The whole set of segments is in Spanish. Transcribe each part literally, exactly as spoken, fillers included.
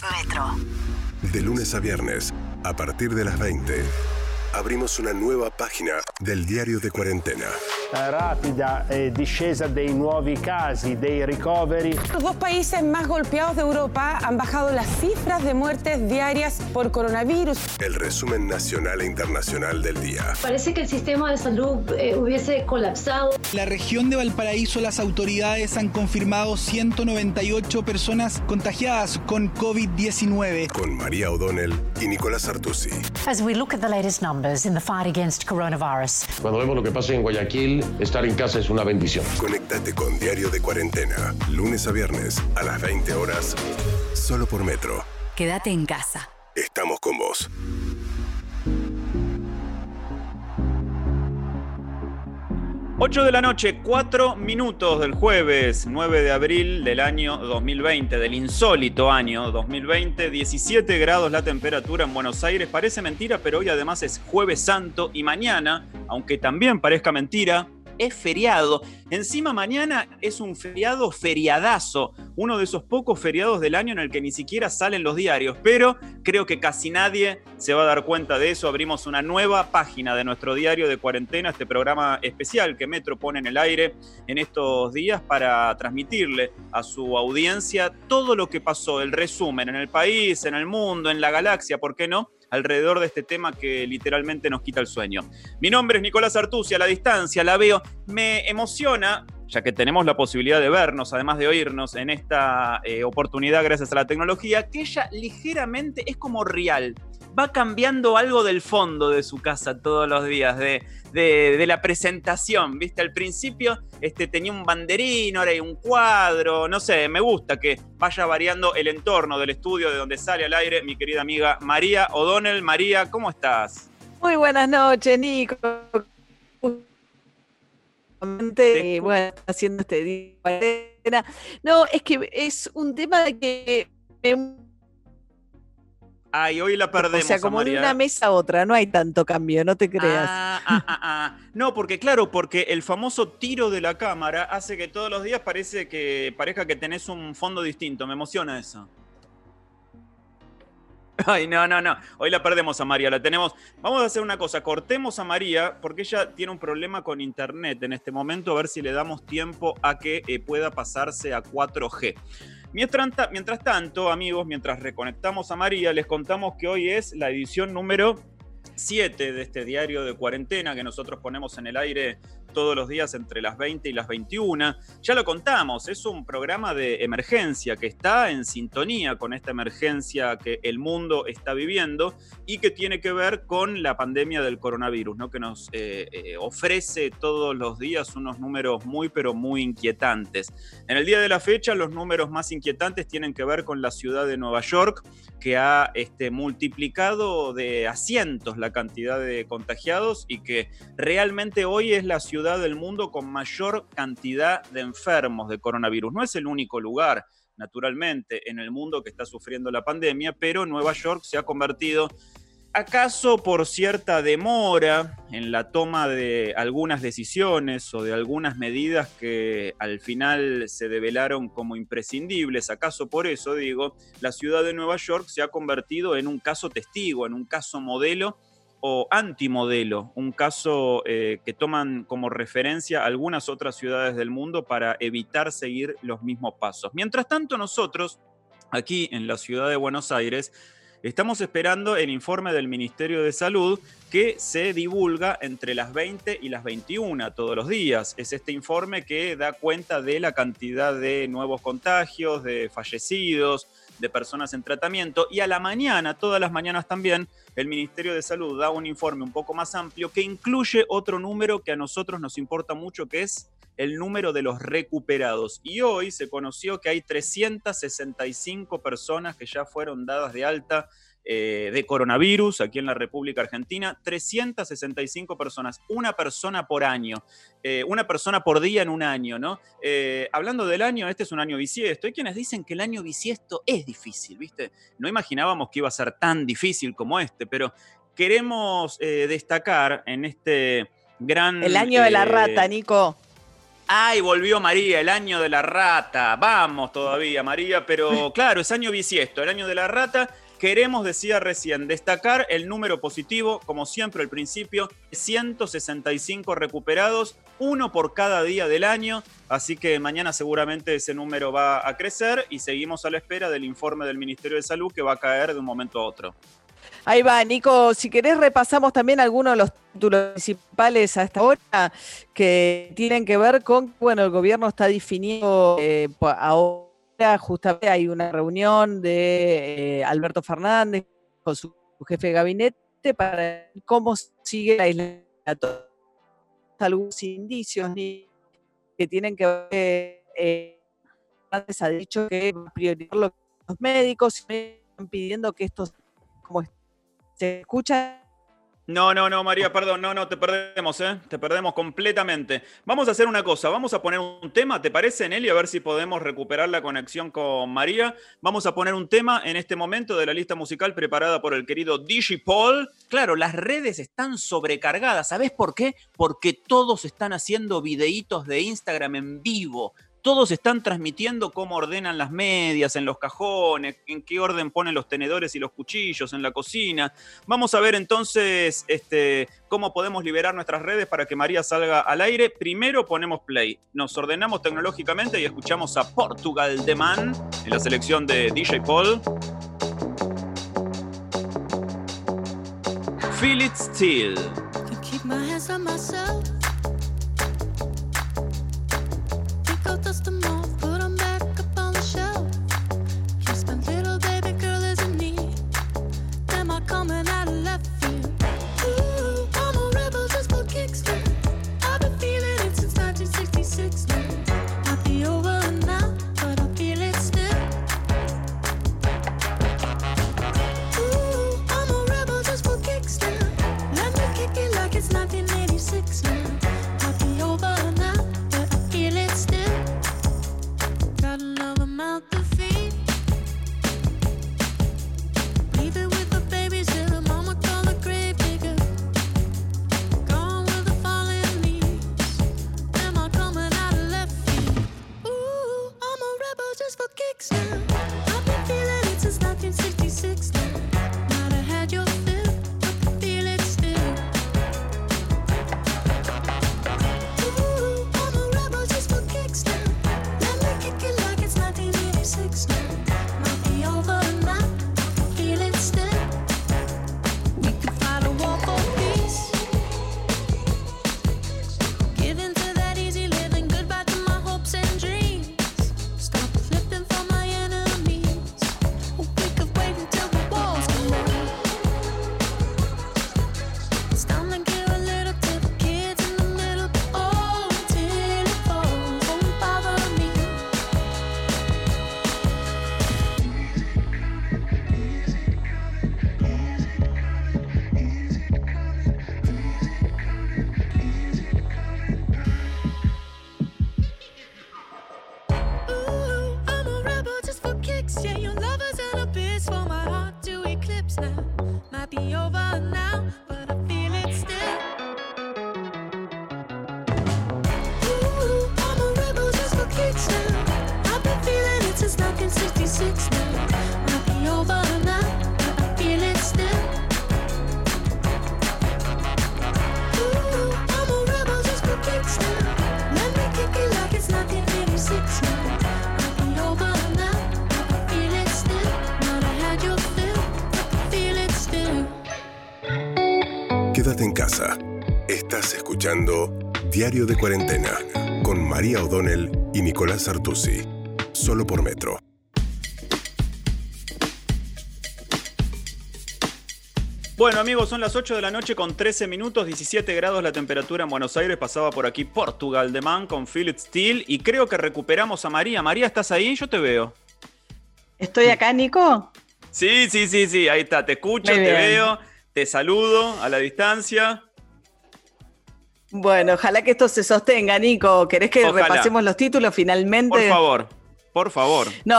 Metro. De lunes a viernes, a partir de las veinte, abrimos una nueva página del diario de cuarentena. Rapida eh, discesa dei nuovi casi, dei ricoveri. Los dos países más golpeados de Europa han bajado las cifras de muertes diarias por coronavirus. El resumen nacional e internacional del día. Parece que el sistema de salud eh, hubiese colapsado. En la región de Valparaíso, las autoridades han confirmado ciento noventa y ocho personas contagiadas con COVID diecinueve. Con María O'Donnell y Nicolás Artusi. As we look at the latest numbers in the fight against coronavirus. Cuando vemos lo que pasa en Guayaquil, estar en casa es una bendición. Conéctate con Diario de Cuarentena, lunes a viernes a las veinte horas, solo por Metro. Quédate en casa. Estamos con vos. ocho de la noche, cuatro minutos del jueves nueve de abril del año dos mil veinte, del insólito año dos mil veinte, diecisiete grados la temperatura en Buenos Aires. Parece mentira, pero hoy además es Jueves Santo y mañana, aunque también parezca mentira, es feriado. Encima mañana es un feriado feriadazo, uno de esos pocos feriados del año en el que ni siquiera salen los diarios, pero creo que casi nadie se va a dar cuenta de eso. Abrimos una nueva página de nuestro diario de cuarentena, este programa especial que Metro pone en el aire en estos días para transmitirle a su audiencia todo lo que pasó, el resumen en el país, en el mundo, en la galaxia, ¿por qué no?, alrededor de este tema que literalmente nos quita el sueño. Mi nombre es Nicolás Artusi, a la distancia la veo. Me emociona, ya que tenemos la posibilidad de vernos, además de oírnos en esta eh, oportunidad gracias a la tecnología, que ella ligeramente es como real. Va cambiando algo del fondo de su casa todos los días, de, de, de la presentación, ¿viste? Al principio este, tenía un banderín, ahora hay un cuadro, no sé, me gusta que vaya variando el entorno del estudio de donde sale al aire mi querida amiga María O'Donnell. María, ¿cómo estás? Muy buenas noches, Nico. Y bueno, haciendo este día. No, es que es un tema de que me... Ay, hoy la perdemos. O sea, como María. de una mesa a otra, no hay tanto cambio, no te creas. Ah, ah, ah, ah. No, porque claro, porque el famoso tiro de la cámara hace que todos los días parece que, parezca que tenés un fondo distinto. Me emociona eso. Ay, no, no, no. Hoy la perdemos a María, la tenemos. Vamos a hacer una cosa, cortemos a María porque ella tiene un problema con internet en este momento, a ver si le damos tiempo a que eh, pueda pasarse a cuatro G. Mientras, mientras tanto, amigos, mientras reconectamos a María, les contamos que hoy es la edición número siete de este diario de cuarentena que nosotros ponemos en el aire todos los días entre las veinte y las veintiuna. Ya lo contamos, es un programa de emergencia que está en sintonía con esta emergencia que el mundo está viviendo y que tiene que ver con la pandemia del coronavirus, ¿no? Que nos eh, eh, ofrece todos los días unos números muy, pero muy inquietantes. En el día de la fecha, los números más inquietantes tienen que ver con la ciudad de Nueva York, que ha este, multiplicado de a cientos la cantidad de contagiados y que realmente hoy es la ciudad del mundo con mayor cantidad de enfermos de coronavirus. No es el único lugar, naturalmente, en el mundo que está sufriendo la pandemia, pero Nueva York se ha convertido, acaso por cierta demora en la toma de algunas decisiones o de algunas medidas que al final se develaron como imprescindibles, acaso por eso digo, la ciudad de Nueva York se ha convertido en un caso testigo, en un caso modelo o antimodelo, un caso eh, que toman como referencia algunas otras ciudades del mundo para evitar seguir los mismos pasos. Mientras tanto, nosotros, aquí en la ciudad de Buenos Aires, estamos esperando el informe del Ministerio de Salud que se divulga entre las veinte y las veintiuna todos los días. Es este informe que da cuenta de la cantidad de nuevos contagios, de fallecidos, de personas en tratamiento, y a la mañana, todas las mañanas también, el Ministerio de Salud da un informe un poco más amplio que incluye otro número que a nosotros nos importa mucho, que es el número de los recuperados. Y hoy se conoció que hay trescientas sesenta y cinco personas que ya fueron dadas de alta eh, de coronavirus aquí en la República Argentina. trescientas sesenta y cinco personas, una persona por año, eh, una persona por día en un año, ¿no? Eh, hablando del año, este es un año bisiesto. Hay quienes dicen que el año bisiesto es difícil, ¿viste? No imaginábamos que iba a ser tan difícil como este, pero queremos eh, destacar en este gran... El año eh, de la rata, Nico. Ay, volvió María, el año de la rata. Vamos todavía, María, pero claro, es año bisiesto, el año de la rata. Queremos, decía recién, destacar el número positivo, como siempre al principio, ciento sesenta y cinco recuperados, uno por cada día del año, así que mañana seguramente ese número va a crecer y seguimos a la espera del informe del Ministerio de Salud que va a caer de un momento a otro. Ahí va, Nico, si querés repasamos también algunos de los títulos principales a esta hora que tienen que ver con, bueno, el gobierno está definiendo eh, ahora justamente hay una reunión de eh, Alberto Fernández con su jefe de gabinete para ver cómo sigue la aislamiento. Algunos indicios que tienen que ver, eh, Fernández ha dicho que va a priorizar los médicos y están pidiendo que esto como ¿se escucha? No, no, no, María, perdón, no, no, te perdemos, ¿eh? Te perdemos completamente. Vamos a hacer una cosa, vamos a poner un tema, ¿te parece, Nelly? A ver si podemos recuperar la conexión con María. Vamos a poner un tema en este momento de la lista musical preparada por el querido D J Paul. Claro, las redes están sobrecargadas, ¿sabés por qué? Porque todos están haciendo videitos de Instagram en vivo. Todos están transmitiendo cómo ordenan las medias en los cajones, en qué orden ponen los tenedores y los cuchillos en la cocina. Vamos a ver entonces este, cómo podemos liberar nuestras redes para que María salga al aire. Primero ponemos play. Nos ordenamos tecnológicamente y escuchamos a Portugal The Man en la selección de D J Paul. Feel It Still. Dust them off, put them back up on the shelf. Kiss my little baby girl as a need. Am I coming out of left field? Ooh, I'm a rebel just for kicks now. I've been feeling it since nineteen sixty-six now. Might be over now, but I feel it still. Ooh, I'm a rebel just for kicks now. Let me kick it like it's nineteen eighty-six now. Might be over now, but I feel it still. Got another mouth to feed. Leave it with the babies till the mama call the grave digger. Gone with the falling leaves. Am I coming out of left field? Ooh, I'm a rebel just for kicks now. I've been feeling it since nineteen sixty-six now. Might have had your fill, but I feel it still. Ooh, I'm a rebel just for kicks now. Kick it like it's nineteen eighty-six now. Might be over now, feel it still. We could fight a war for peace. Give in to that easy living, goodbye to my hopes and dreams. Stop flipping for my enemies. We could wait until the walls come down. It's time to give a little to the kids in the middle. Oh, until it falls, won't bother me. Yeah, your lover's an abyss for my heart to eclipse now. Might be over now, but I feel it still. Ooh, I'm a rebel just for kicks now. I've been feeling it since nineteen sixty-six now. Might be over now, but I feel it still. Ooh, I'm a rebel just for kicks now. Let me kick it like it's nineteen eighty-six now. Might be over now. Quédate en casa. Estás escuchando Diario de Cuarentena con María O'Donnell y Nicolás Artusi. Solo por Metro. Bueno, amigos, son las ocho de la noche con trece minutos, diecisiete grados la temperatura en Buenos Aires. Pasaba por aquí Portugal The Man con Feel It Still y creo que recuperamos a María. María, ¿estás ahí? Yo te veo. ¿Estoy acá, Nico? Sí, sí, sí, sí, ahí está. Te escucho, te veo, te saludo a la distancia. Bueno, ojalá que esto se sostenga, Nico. ¿Querés que Ojalá. repasemos los títulos finalmente? Por favor, por favor. No,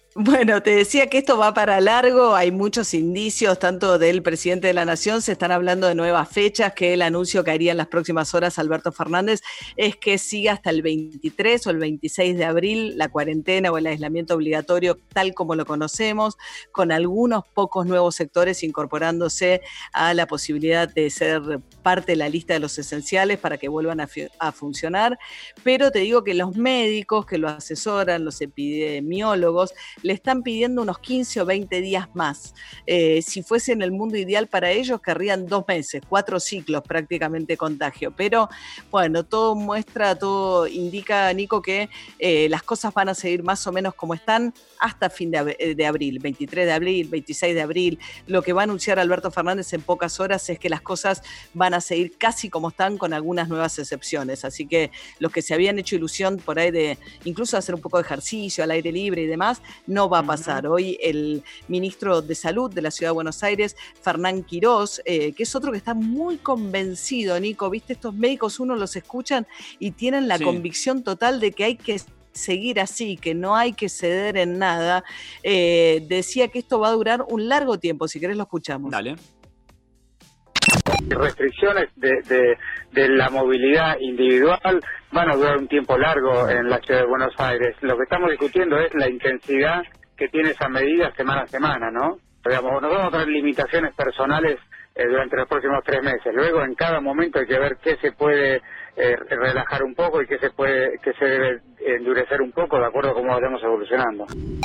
Bueno, te decía que esto va para largo, hay muchos indicios, tanto del presidente de la Nación, se están hablando de nuevas fechas, que el anuncio que haría en las próximas horas Alberto Fernández es que siga hasta el veintitrés o el veintiséis de abril la cuarentena o el aislamiento obligatorio tal como lo conocemos, con algunos pocos nuevos sectores incorporándose a la posibilidad de ser parte de la lista de los esenciales para que vuelvan a, fi- a funcionar, pero te digo que los médicos que lo asesoran, los epidemiólogos, le están pidiendo unos quince o veinte días más. Eh, si fuese en el mundo ideal para ellos, querrían dos meses, cuatro ciclos prácticamente contagio. Pero bueno, todo muestra, todo indica, Nico, que eh, las cosas van a seguir más o menos como están hasta fin de, ab- de abril, veintitrés de abril, veintiséis de abril. Lo que va a anunciar Alberto Fernández en pocas horas es que las cosas van a seguir casi como están, con algunas nuevas excepciones. Así que los que se habían hecho ilusión por ahí de incluso hacer un poco de ejercicio al aire libre y demás, no va a pasar. Hoy el ministro de Salud de la Ciudad de Buenos Aires, Fernán Quirós, eh, que es otro que está muy convencido, Nico, viste, estos médicos uno los escuchan y tienen la Sí. convicción total de que hay que seguir así, que no hay que ceder en nada. Eh, decía que esto va a durar un largo tiempo, si querés lo escuchamos. Dale. Restricciones de, de, de la movilidad individual van a durar un tiempo largo en la ciudad de Buenos Aires. Lo que estamos discutiendo es la intensidad que tiene esa medida semana a semana, ¿no? Digamos, nos vamos a tener limitaciones personales eh, durante los próximos tres meses. Luego, en cada momento hay que ver qué se puede eh, relajar un poco y qué se puede, qué se debe endurecer un poco de acuerdo a cómo vayamos evolucionando.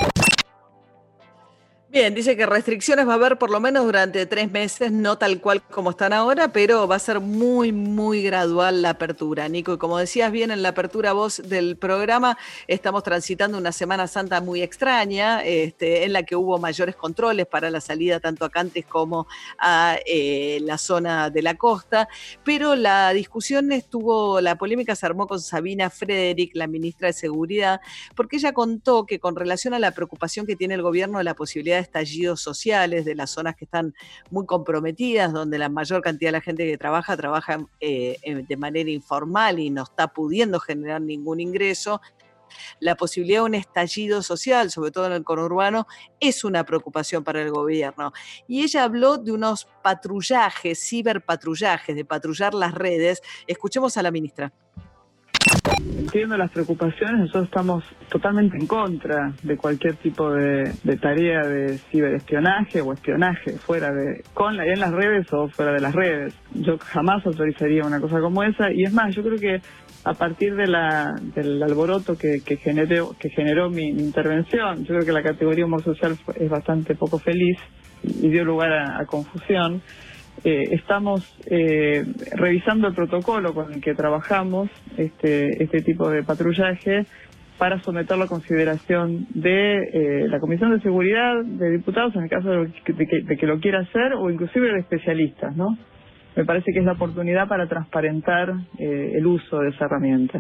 Bien, dice que restricciones va a haber por lo menos durante tres meses, no tal cual como están ahora, pero va a ser muy, muy gradual la apertura, Nico. Y como decías bien en la apertura vos del programa, estamos transitando una Semana Santa muy extraña, este, en la que hubo mayores controles para la salida tanto a Cantes como a eh, la zona de la costa, pero la discusión estuvo, la polémica se armó con Sabina Frederick, la ministra de Seguridad, porque ella contó que con relación a la preocupación que tiene el gobierno de la posibilidad de estallidos sociales de las zonas que están muy comprometidas, donde la mayor cantidad de la gente que trabaja, trabaja eh, de manera informal y no está pudiendo generar ningún ingreso, la posibilidad de un estallido social, sobre todo en el conurbano, es una preocupación para el gobierno. Y ella habló de unos patrullajes, ciberpatrullajes, de patrullar las redes. Escuchemos a la ministra. Entiendo las preocupaciones, nosotros estamos totalmente en contra de cualquier tipo de, de tarea de ciberespionaje o espionaje fuera de, con la, en las redes o fuera de las redes. Yo jamás autorizaría una cosa como esa, y es más, yo creo que a partir de la, del alboroto que, que, generó, que generó mi, mi intervención, yo creo que la categoría humor social fue, es bastante poco feliz y dio lugar a, a confusión. Eh, estamos eh, revisando el protocolo con el que trabajamos este, este tipo de patrullaje para someterlo a consideración de eh, la Comisión de Seguridad de Diputados en el caso de que, de que, de que lo quiera hacer, o inclusive de especialistas, ¿no? Me parece que es la oportunidad para transparentar eh, el uso de esa herramienta.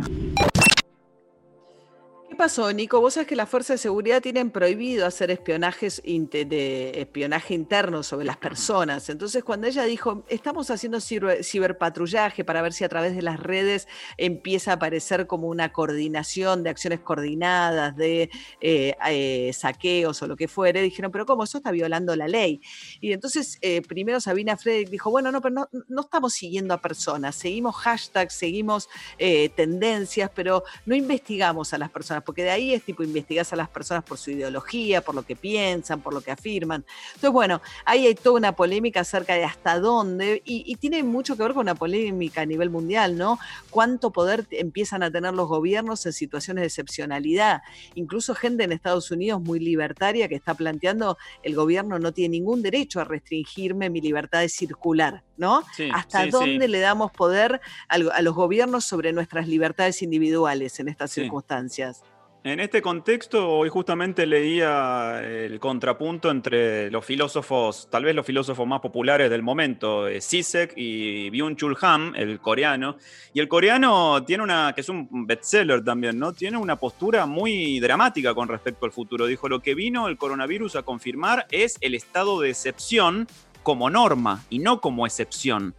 ¿Qué pasó, Nico? Vos sabés que las fuerzas de seguridad tienen prohibido hacer espionajes de espionaje interno sobre las personas. Entonces, cuando ella dijo, estamos haciendo ciberpatrullaje para ver si a través de las redes empieza a aparecer como una coordinación de acciones coordinadas, de eh, eh, saqueos o lo que fuere, dijeron, pero ¿cómo? Eso está violando la ley. Y entonces, eh, primero Sabina Frederick dijo, bueno, no, pero no, no estamos siguiendo a personas, seguimos hashtags, seguimos eh, tendencias, pero no investigamos a las personas, porque de ahí es tipo investigás a las personas por su ideología, por lo que piensan, por lo que afirman. Entonces, bueno, ahí hay toda una polémica acerca de hasta dónde, y, y tiene mucho que ver con una polémica a nivel mundial, ¿no? Cuánto poder empiezan a tener los gobiernos en situaciones de excepcionalidad. Incluso gente en Estados Unidos muy libertaria que está planteando, el gobierno no tiene ningún derecho a restringirme mi libertad de circular, ¿no? Sí, ¿Hasta sí, dónde sí. le damos poder a, a los gobiernos sobre nuestras libertades individuales en estas sí. circunstancias? En este contexto, hoy justamente leía el contrapunto entre los filósofos, tal vez los filósofos más populares del momento, Zizek y Byung-Chul Han, el coreano. Y el coreano tiene una, que es un bestseller también, ¿no? Tiene una postura muy dramática con respecto al futuro. Dijo, lo que vino el coronavirus a confirmar es el estado de excepción como norma y no como excepción.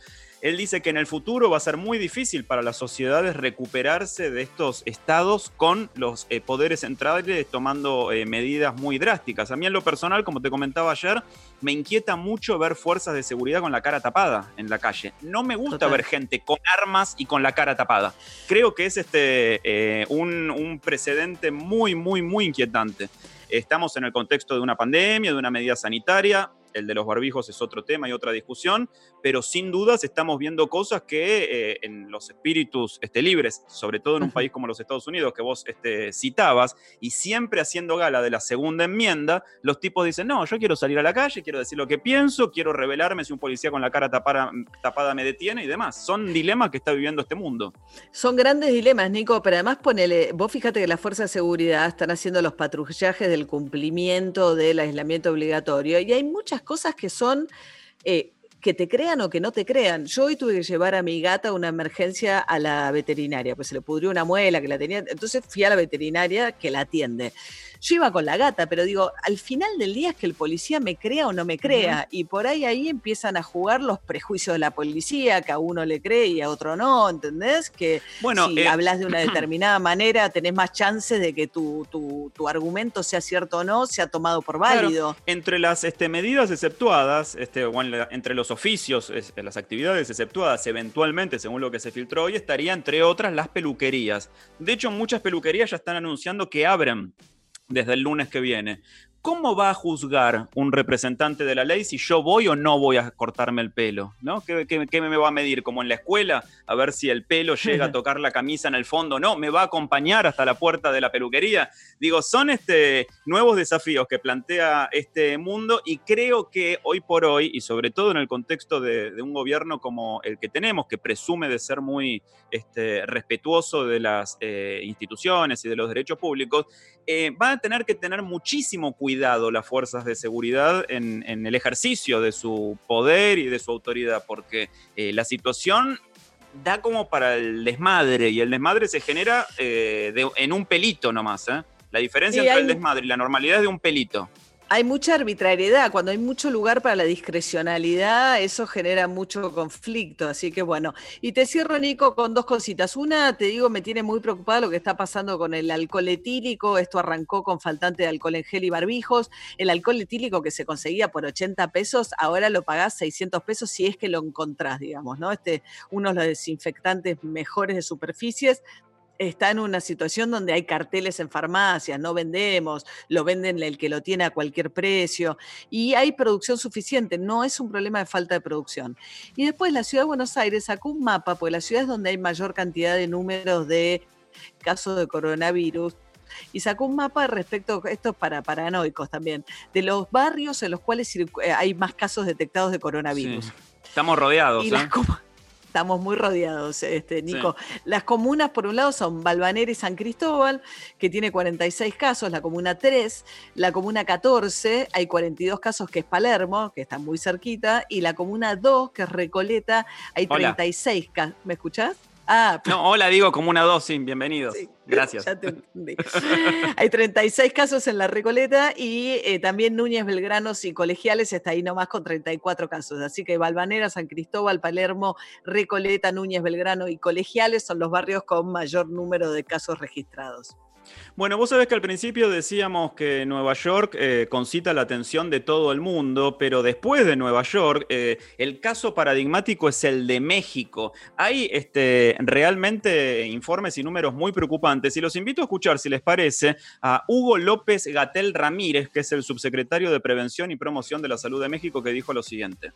Él dice que en el futuro va a ser muy difícil para las sociedades recuperarse de estos estados con los eh, poderes centrales tomando eh, medidas muy drásticas. A mí en lo personal, como te comentaba ayer, me inquieta mucho ver fuerzas de seguridad con la cara tapada en la calle. No me gusta Total. ver gente con armas y con la cara tapada. Creo que es este, eh, un, un precedente muy, muy, muy inquietante. Estamos en el contexto de una pandemia, de una medida sanitaria. El de los barbijos es otro tema y otra discusión, pero sin dudas estamos viendo cosas que eh, en los espíritus este, libres, sobre todo en un país como los Estados Unidos, que vos este, citabas, y siempre haciendo gala de la segunda enmienda, los tipos dicen, no, yo quiero salir a la calle, quiero decir lo que pienso, quiero rebelarme si un policía con la cara tapada, tapada me detiene y demás. Son dilemas que está viviendo este mundo. Son grandes dilemas, Nico, pero además ponele, vos fíjate que las fuerzas de seguridad están haciendo los patrullajes del cumplimiento del aislamiento obligatorio y hay muchas cosas que son eh, que te crean o que no te crean. Yo hoy tuve que llevar a mi gata a una emergencia a la veterinaria, pues se le pudrió una muela que la tenía, entonces fui a la veterinaria que la atiende. Yo iba con la gata, pero digo, al final del día es que el policía me crea o no me crea, uh-huh. y por ahí ahí empiezan a jugar los prejuicios de la policía, que a uno le cree y a otro no, ¿entendés? Que bueno, si eh, hablas de una determinada manera, tenés más chances de que tu, tu, tu argumento, sea cierto o no, sea tomado por válido. Claro, entre las este, medidas exceptuadas, este, o en la, entre los oficios, es, las actividades exceptuadas, eventualmente, según lo que se filtró hoy, estaría, entre otras, las peluquerías. De hecho, muchas peluquerías ya están anunciando que abren desde el lunes que viene. ¿Cómo va a juzgar un representante de la ley si yo voy o no voy a cortarme el pelo? ¿No? ¿Qué, qué, qué me va a medir? ¿Como en la escuela? A ver si el pelo llega a tocar la camisa en el fondo. No, ¿me va a acompañar hasta la puerta de la peluquería? Digo, son este, nuevos desafíos que plantea este mundo y creo que hoy por hoy, y sobre todo en el contexto de, de un gobierno como el que tenemos, que presume de ser muy este, respetuoso de las eh, instituciones y de los derechos públicos, eh, van a tener que tener muchísimo cuidado Cuidado las fuerzas de seguridad en, en el ejercicio de su poder y de su autoridad, porque eh, la situación da como para el desmadre, y el desmadre se genera eh, de, en un pelito nomás. ¿eh? La diferencia sí, entre hay... el desmadre y la normalidad es de un pelito. Hay mucha arbitrariedad, cuando hay mucho lugar para la discrecionalidad, eso genera mucho conflicto, así que bueno. Y te cierro, Nico, con dos cositas. Una, te digo, me tiene muy preocupada lo que está pasando con el alcohol etílico. Esto arrancó con faltante de alcohol en gel y barbijos. El alcohol etílico que se conseguía por ochenta pesos, ahora lo pagás seiscientos pesos si es que lo encontrás, digamos, ¿no? Este, uno de los desinfectantes mejores de superficies. Está en una situación donde hay carteles en farmacias, no vendemos, lo venden el que lo tiene a cualquier precio y hay producción suficiente, no es un problema de falta de producción. Y después la Ciudad de Buenos Aires sacó un mapa, pues la ciudad es donde hay mayor cantidad de números de casos de coronavirus, y sacó un mapa respecto, esto es para paranoicos también, de los barrios en los cuales hay más casos detectados de coronavirus. Sí. Estamos rodeados, y ¿eh? Estamos muy rodeados, este, Nico. Sí. Las comunas, por un lado, son Balvanera y San Cristóbal, que tiene cuarenta y seis casos, la comuna tres, la comuna catorce, hay cuarenta y dos casos, que es Palermo, que está muy cerquita, y la comuna dos, que es Recoleta, hay treinta y seis casos. ¿Me escuchás? Ah, no, hola, digo comuna dos, sí, bienvenidos. Sí, gracias. Ya te entendí. Hay treinta y seis casos en la Recoleta y eh, también Núñez, Belgranos y Colegiales está ahí nomás con treinta y cuatro casos. Así que Balvanera, San Cristóbal, Palermo, Recoleta, Núñez, Belgrano y Colegiales son los barrios con mayor número de casos registrados. Bueno, vos sabés que al principio decíamos que Nueva York eh, concita la atención de todo el mundo, pero después de Nueva York, eh, el caso paradigmático es el de México. Hay este, realmente informes y números muy preocupantes y los invito a escuchar, si les parece, a Hugo López-Gatell Ramírez, que es el subsecretario de Prevención y Promoción de la Salud de México, que dijo lo siguiente.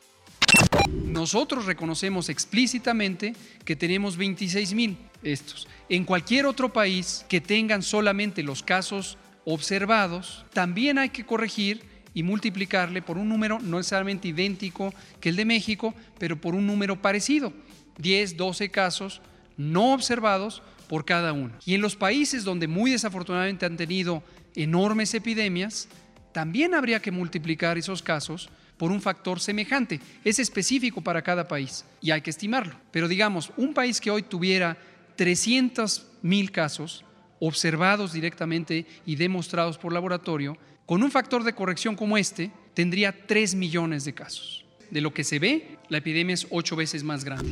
Nosotros reconocemos explícitamente que tenemos veintiséis mil estos. En cualquier otro país que tengan solamente los casos observados, también hay que corregir y multiplicarle por un número no necesariamente idéntico que el de México, pero por un número parecido, diez, doce casos no observados por cada uno. Y en los países donde muy desafortunadamente han tenido enormes epidemias, también habría que multiplicar esos casos por un factor semejante. Es específico para cada país y hay que estimarlo. Pero digamos, un país que hoy tuviera trescientos mil casos observados directamente y demostrados por laboratorio, con un factor de corrección como este, tendría tres millones de casos. de lo que se ve, la epidemia es ocho veces más grande.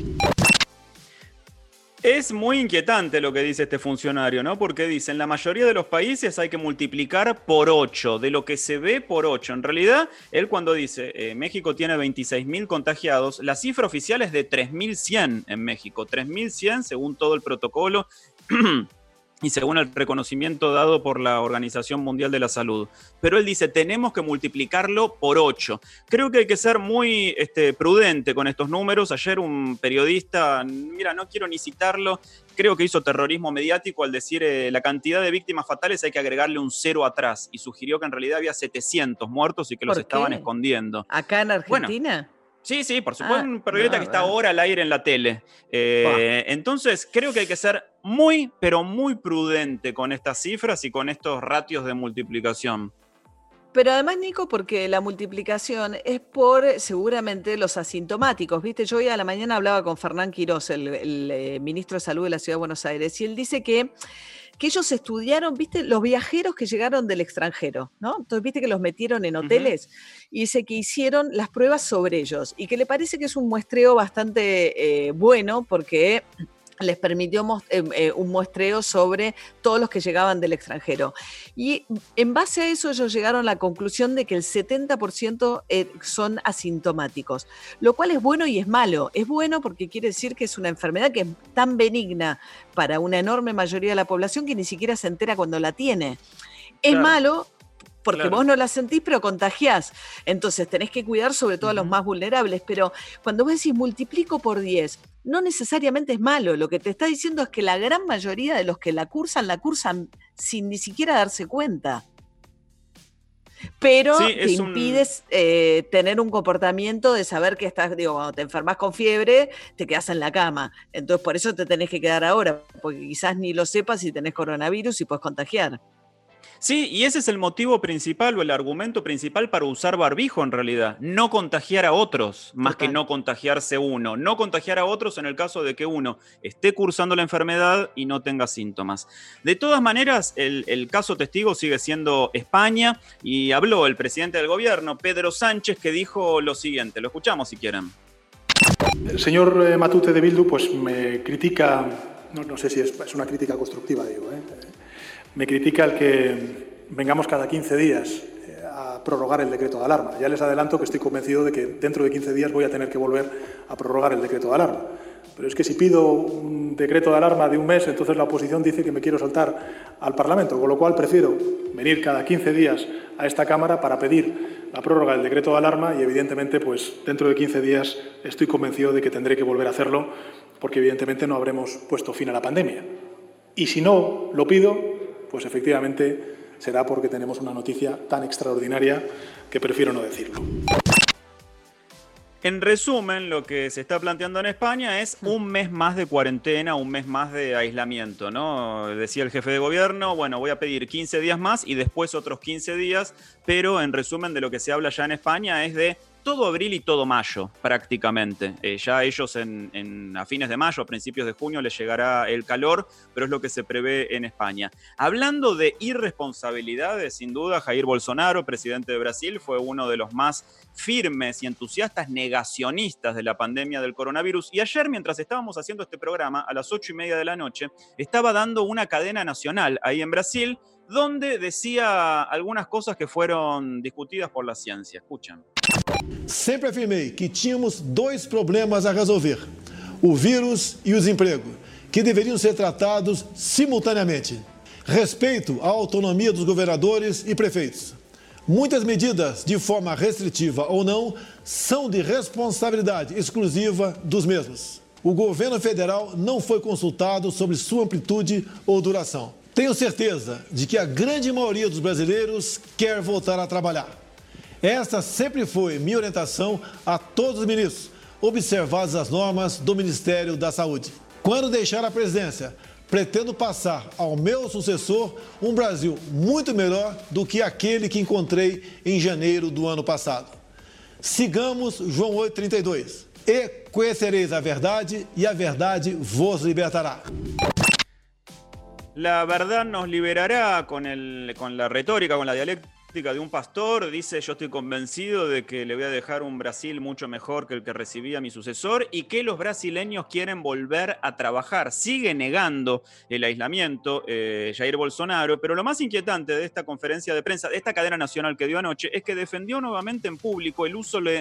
Es muy inquietante lo que dice este funcionario, ¿no? Porque dice, en la mayoría de los países hay que multiplicar por ocho, de lo que se ve por ocho. En realidad, él cuando dice, eh, México tiene veintiséis mil contagiados, la cifra oficial es de tres mil cien en México. tres mil cien según todo el protocolo y según el reconocimiento dado por la Organización Mundial de la Salud. Pero él dice, tenemos que multiplicarlo por ocho. Creo que hay que ser muy este, prudente con estos números. Ayer un periodista, mira, no quiero ni citarlo, creo que hizo terrorismo mediático al decir eh, la cantidad de víctimas fatales hay que agregarle un cero atrás. Y sugirió que en realidad había setecientos muertos y que los estaban escondiendo. ¿Acá en Argentina? Bueno, sí, sí, por supuesto, Ah, un periodista no, que está bueno. ahora al aire en la tele. Eh, entonces, creo que hay que ser muy, pero muy prudente con estas cifras y con estos ratios de multiplicación. Pero además, Nico, porque la multiplicación es por seguramente los asintomáticos, ¿viste? Yo hoy a la mañana hablaba con Fernán Quirós, el, el, eh, ministro de Salud de la Ciudad de Buenos Aires, y él dice que, que ellos estudiaron, ¿viste? Los viajeros que llegaron del extranjero, ¿no? Entonces, ¿viste? Que los metieron en hoteles uh-huh. y dice que hicieron las pruebas sobre ellos y que le parece que es un muestreo bastante eh, bueno porque les permitió eh, eh, un muestreo sobre todos los que llegaban del extranjero. Y en base a eso ellos llegaron a la conclusión de que el setenta por ciento eh, son asintomáticos, lo cual es bueno y es malo. Es bueno porque quiere decir que es una enfermedad que es tan benigna para una enorme mayoría de la población que ni siquiera se entera cuando la tiene. Es claro. malo porque claro. vos no la sentís, pero contagiás. Entonces tenés que cuidar sobre todo uh-huh. a los más vulnerables. Pero cuando vos decís multiplico por diez, no necesariamente es malo. Lo que te está diciendo es que la gran mayoría de los que la cursan, la cursan sin ni siquiera darse cuenta. Pero sí, te impides un... eh, tener un comportamiento de saber que estás, digo, cuando te enfermas con fiebre, te quedas en la cama. Entonces por eso te tenés que quedar ahora, porque quizás ni lo sepas si tenés coronavirus y puedes contagiar. Sí, y ese es el motivo principal o el argumento principal para usar barbijo en realidad. No contagiar a otros, más Total. que no contagiarse uno. No contagiar a otros en el caso de que uno esté cursando la enfermedad y no tenga síntomas. De todas maneras, el, el caso testigo sigue siendo España y habló el presidente del gobierno, Pedro Sánchez, que dijo lo siguiente. Lo escuchamos si quieren. El señor eh, Matute de Bildu pues me critica, no, no sé si es, es una crítica constructiva, digo, ¿eh? Me critica el que vengamos cada quince días a prorrogar el decreto de alarma. Ya les adelanto que estoy convencido de que dentro de quince días voy a tener que volver a prorrogar el decreto de alarma. Pero es que si pido un decreto de alarma de un mes, entonces la oposición dice que me quiero saltar al Parlamento, con lo cual prefiero venir cada quince días a esta Cámara para pedir la prórroga del decreto de alarma y evidentemente pues dentro de quince días estoy convencido de que tendré que volver a hacerlo porque evidentemente no habremos puesto fin a la pandemia. Y si no lo pido, pues efectivamente será porque tenemos una noticia tan extraordinaria que prefiero no decirlo. En resumen, lo que se está planteando en España es un mes más de cuarentena, un mes más de aislamiento, ¿no? Decía el jefe de gobierno, bueno, voy a pedir quince días más y después otros quince días, pero en resumen de lo que se habla ya en España es de todo abril y todo mayo, prácticamente. Eh, ya a ellos en, en, a fines de mayo, a principios de junio, les llegará el calor, pero es lo que se prevé en España. Hablando de irresponsabilidades, sin duda, Jair Bolsonaro, presidente de Brasil, fue uno de los más firmes y entusiastas negacionistas de la pandemia del coronavirus. Y ayer, mientras estábamos haciendo este programa, a las ocho y media de la noche, estaba dando una cadena nacional ahí en Brasil, donde decía algunas cosas que fueron discutidas por la ciencia. Escuchen. Sempre afirmei que tínhamos dois problemas a resolver, o vírus e o desemprego, que deveriam ser tratados simultaneamente. Respeito à autonomia dos governadores e prefeitos. Muitas medidas, de forma restritiva ou não, são de responsabilidade exclusiva dos mesmos. O governo federal não foi consultado sobre sua amplitude ou duração. Tenho certeza de que a grande maioria dos brasileiros quer voltar a trabalhar. Esta sempre foi minha orientação a todos os ministros, observadas as normas do Ministério da Saúde. Quando deixar a presidência, pretendo passar ao meu sucessor um Brasil muito melhor do que aquele que encontrei em janeiro do ano passado. Sigamos João oito, trinta e dois. E conhecereis a verdade e a verdade vos libertará. La verdad nos liberará con, el, con la retórica, con la dialéctica de un pastor, dice: yo estoy convencido de que le voy a dejar un Brasil mucho mejor que el que recibía mi sucesor y que los brasileños quieren volver a trabajar. Sigue negando el aislamiento eh, Jair Bolsonaro, pero lo más inquietante de esta conferencia de prensa, de esta cadena nacional que dio anoche, es que defendió nuevamente en público el uso de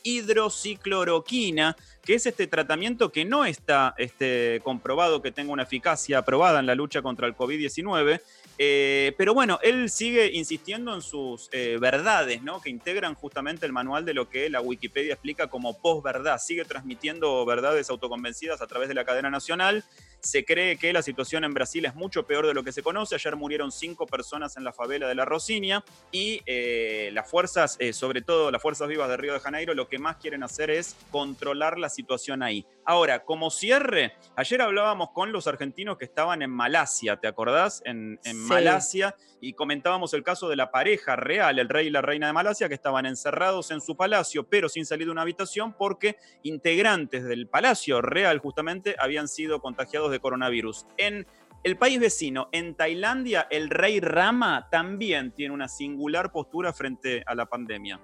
hidroxicloroquina, que es este tratamiento que no está este, comprobado que tenga una eficacia aprobada en la lucha contra el COVID diecinueve. Eh, pero bueno, él sigue insistiendo en sus eh, verdades, ¿no? Que integran justamente el manual de lo que la Wikipedia explica como posverdad. Sigue transmitiendo verdades autoconvencidas a través de la cadena nacional. Se cree que la situación en Brasil es mucho peor de lo que se conoce. Ayer murieron cinco personas en la favela de La Rosinia y eh, las fuerzas, eh, sobre todo las fuerzas vivas de Río de Janeiro, lo que más quieren hacer es controlar la situación ahí. Ahora, como cierre, ayer hablábamos con los argentinos que estaban en Malasia, ¿te acordás? En, en sí. Malasia, y comentábamos el caso de la pareja real, el rey y la reina de Malasia, que estaban encerrados en su palacio, pero sin salir de una habitación porque integrantes del palacio real justamente habían sido contagiados de coronavirus. En el país vecino, en Tailandia, el rey Rama también tiene una singular postura frente a la pandemia.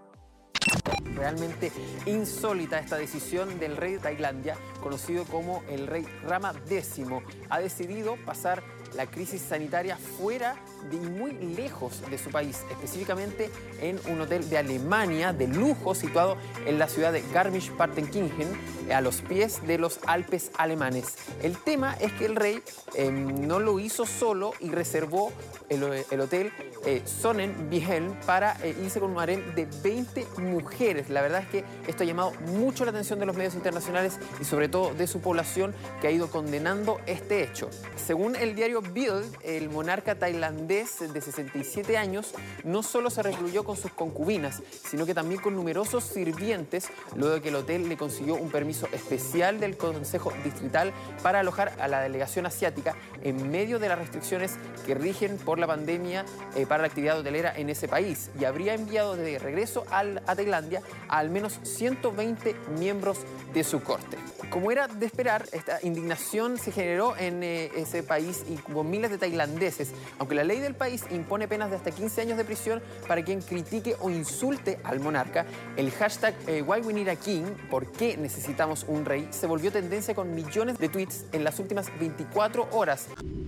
Realmente insólita esta decisión del rey de Tailandia, conocido como el rey Rama décimo. Ha decidido pasar la crisis sanitaria fuera de muy lejos de su país, específicamente en un hotel de Alemania de lujo situado en la ciudad de Garmisch-Partenkirchen, a los pies de los Alpes alemanes. El tema es que el rey eh, no lo hizo solo y reservó el, el hotel eh, Sonnenbihel para eh, irse con un harén de veinte mujeres. La verdad es que esto ha llamado mucho la atención de los medios internacionales y sobre todo de su población, que ha ido condenando este hecho. Según el diario Bild, el monarca tailandés de sesenta y siete años no solo se recluyó con sus concubinas, sino que también con numerosos sirvientes, luego de que el hotel le consiguió un permiso especial del Consejo Distrital para alojar a la delegación asiática en medio de las restricciones que rigen por la pandemia eh, para la actividad hotelera en ese país, y habría enviado de regreso al, a Tailandia a al menos ciento veinte miembros de su corte. Como era de esperar, esta indignación se generó en eh, ese país y con miles de tailandeses, aunque la ley del país impone penas de hasta quince años de prisión para quien critique o insulte al monarca. El hashtag eh, Why We Need a King, ¿por qué necesitamos un rey?, se volvió tendencia con millones de tweets en las últimas veinticuatro horas.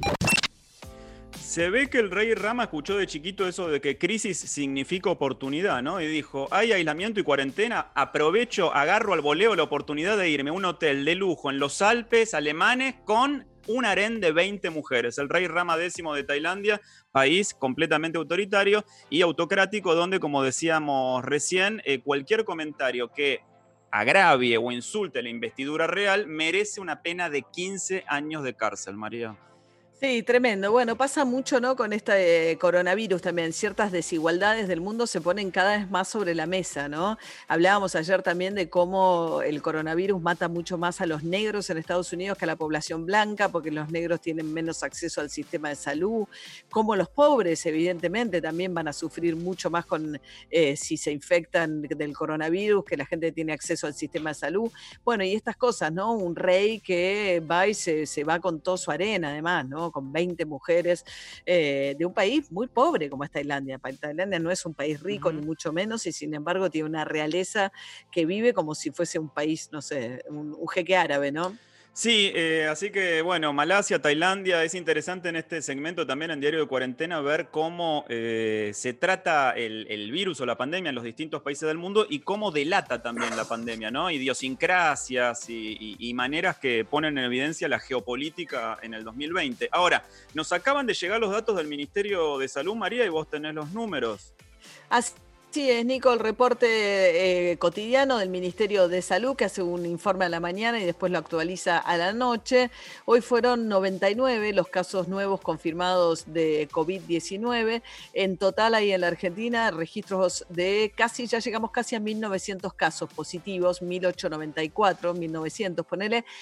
Se ve que el rey Rama escuchó de chiquito eso de que crisis significa oportunidad, ¿no? Y dijo: hay aislamiento y cuarentena, aprovecho, agarro al voleo la oportunidad de irme a un hotel de lujo en los Alpes alemanes con un harén de veinte mujeres. El rey Rama décimo de Tailandia, país completamente autoritario y autocrático, donde, como decíamos recién, eh, cualquier comentario que agravie o insulte la investidura real merece una pena de quince años de cárcel, María. Sí, tremendo. Bueno, pasa mucho, ¿no? Con este coronavirus también. Ciertas desigualdades del mundo se ponen cada vez más sobre la mesa, ¿no? Hablábamos ayer también de cómo el coronavirus mata mucho más a los negros en Estados Unidos que a la población blanca, porque los negros tienen menos acceso al sistema de salud. Como los pobres, evidentemente, también van a sufrir mucho más con eh, si se infectan del coronavirus, que la gente tiene acceso al sistema de salud. Bueno, y estas cosas, ¿no? Un rey que va y se, se va con todo su arena, además, ¿no? Con veinte mujeres, eh, de un país muy pobre como es Tailandia. Tailandia no es un país rico, uh-huh. ni mucho menos, y sin embargo tiene una realeza que vive como si fuese un país, no sé, un, un jeque árabe, ¿no? Sí, eh, así que bueno, Malasia, Tailandia, es interesante en este segmento también en Diario de Cuarentena ver cómo eh, se trata el, el virus o la pandemia en los distintos países del mundo y cómo delata también la pandemia, ¿no? Idiosincrasias y, y, y maneras que ponen en evidencia la geopolítica en el dos mil veinte. Ahora, nos acaban de llegar los datos del Ministerio de Salud, María, y vos tenés los números. Así Sí, es Nico, el reporte eh, cotidiano del Ministerio de Salud, que hace un informe a la mañana y después lo actualiza a la noche. Hoy fueron noventa y nueve los casos nuevos confirmados de COVID diecinueve. En total hay en la Argentina registros de casi, ya llegamos casi a mil novecientos casos positivos, mil ochocientos noventa y cuatro, mil novecientos, ponele.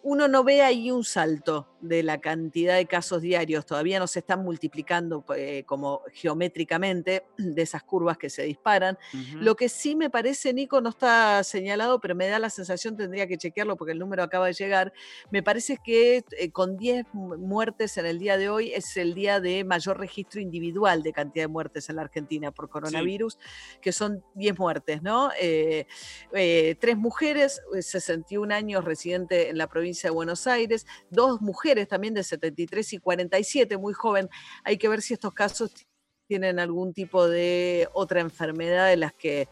uno no ve ahí un salto de la cantidad de casos diarios, todavía no se están multiplicando eh, como geométricamente de esas curvas que se disparan. Uh-huh. Lo que sí me parece, Nico, no está señalado, pero me da la sensación, tendría que chequearlo porque el número acaba de llegar, me parece que eh, con diez muertes en el día de hoy es el día de mayor registro individual de cantidad de muertes en la Argentina por coronavirus, sí. que son diez muertes, ¿no? Eh, eh, tres mujeres, sesenta y un años, residente en la provincia de Buenos Aires, dos mujeres también de setenta y tres y cuarenta y siete, muy joven. Hay que ver si estos casos tienen algún tipo de otra enfermedad de las que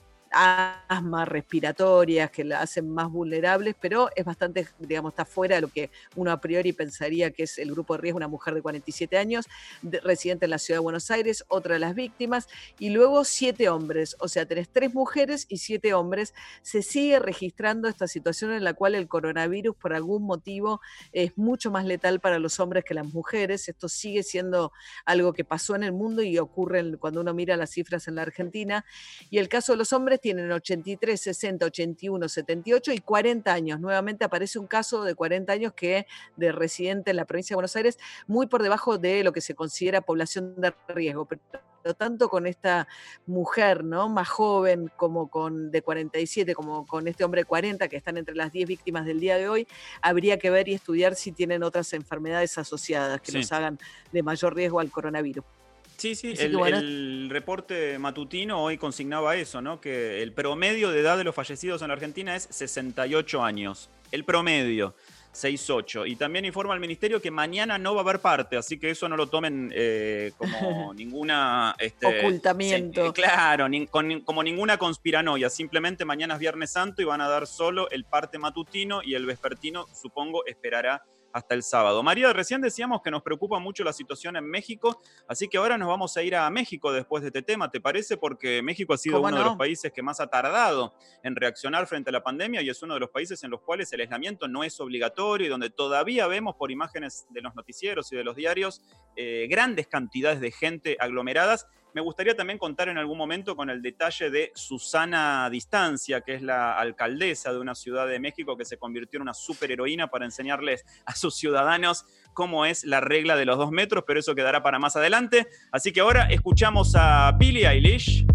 asma, respiratorias, que la hacen más vulnerables, pero es bastante, digamos, está fuera de lo que uno a priori pensaría que es el grupo de riesgo, una mujer de cuarenta y siete años, de, residente en la ciudad de Buenos Aires, otra de las víctimas, y luego siete hombres, o sea, tenés tres mujeres y siete hombres. Se sigue registrando esta situación en la cual el coronavirus, por algún motivo, es mucho más letal para los hombres que las mujeres. Esto sigue siendo algo que pasó en el mundo y ocurre cuando uno mira las cifras en la Argentina, y el caso de los hombres tienen ochenta y tres, sesenta, ochenta y uno, setenta y ocho y cuarenta años. Nuevamente aparece un caso de cuarenta años que de residente en la provincia de Buenos Aires, muy por debajo de lo que se considera población de riesgo. Pero tanto con esta mujer, ¿no?, más joven, como con de cuarenta y siete, como con este hombre de cuarenta, que están entre las diez víctimas del día de hoy, habría que ver y estudiar si tienen otras enfermedades asociadas que sí. los hagan de mayor riesgo al coronavirus. Sí, sí, el, bueno. el reporte matutino hoy consignaba eso, ¿no? Que el promedio de edad de los fallecidos en la Argentina es sesenta y ocho años. El promedio, sesenta y ocho. Y también informa el ministerio que mañana no va a haber parte, así que eso no lo tomen eh, como ninguna... Este, ocultamiento. Sí, claro, ni, con, como ninguna conspiranoia. Simplemente mañana es Viernes Santo y van a dar solo el parte matutino y el vespertino, supongo, esperará hasta el sábado. María, recién decíamos que nos preocupa mucho la situación en México, así que ahora nos vamos a ir a México después de este tema, ¿te parece? Porque México ha sido uno no? de los países que más ha tardado en reaccionar frente a la pandemia y es uno de los países en los cuales el aislamiento no es obligatorio y donde todavía vemos por imágenes de los noticieros y de los diarios eh, grandes cantidades de gente aglomeradas. Me gustaría también contar en algún momento con el detalle de Susana Distancia, que es la alcaldesa de una ciudad de México que se convirtió en una superheroína para enseñarles a sus ciudadanos cómo es la regla de los dos metros, pero eso quedará para más adelante. Así que ahora escuchamos a Billie Eilish.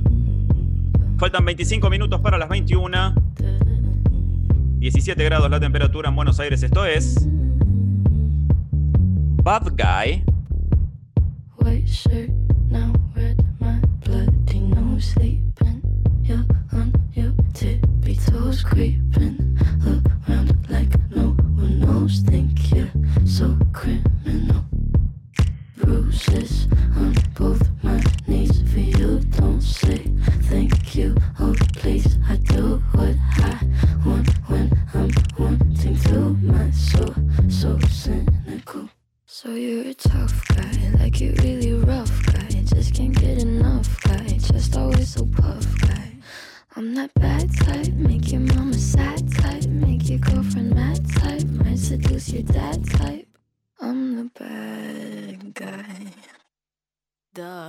Faltan veinticinco minutos para las veintiuna. diecisiete grados la temperatura en Buenos Aires. Esto es Bad Guy. White shirt, now red, my bloody nose sleeping. You're on your tippy toes, creeping around like no one knows. Think you're so criminal. Bruises on both my knees for you. Don't say thank you. Oh please, I do what I want when I'm wanting to. My soul so cynical. So you're a tough guy, like you really rough guy. Just can't get enough guy, just always so puff guy. I'm that bad type, make your mama sad type, make your girlfriend mad type, might seduce your dad type. I'm the bad guy. Duh.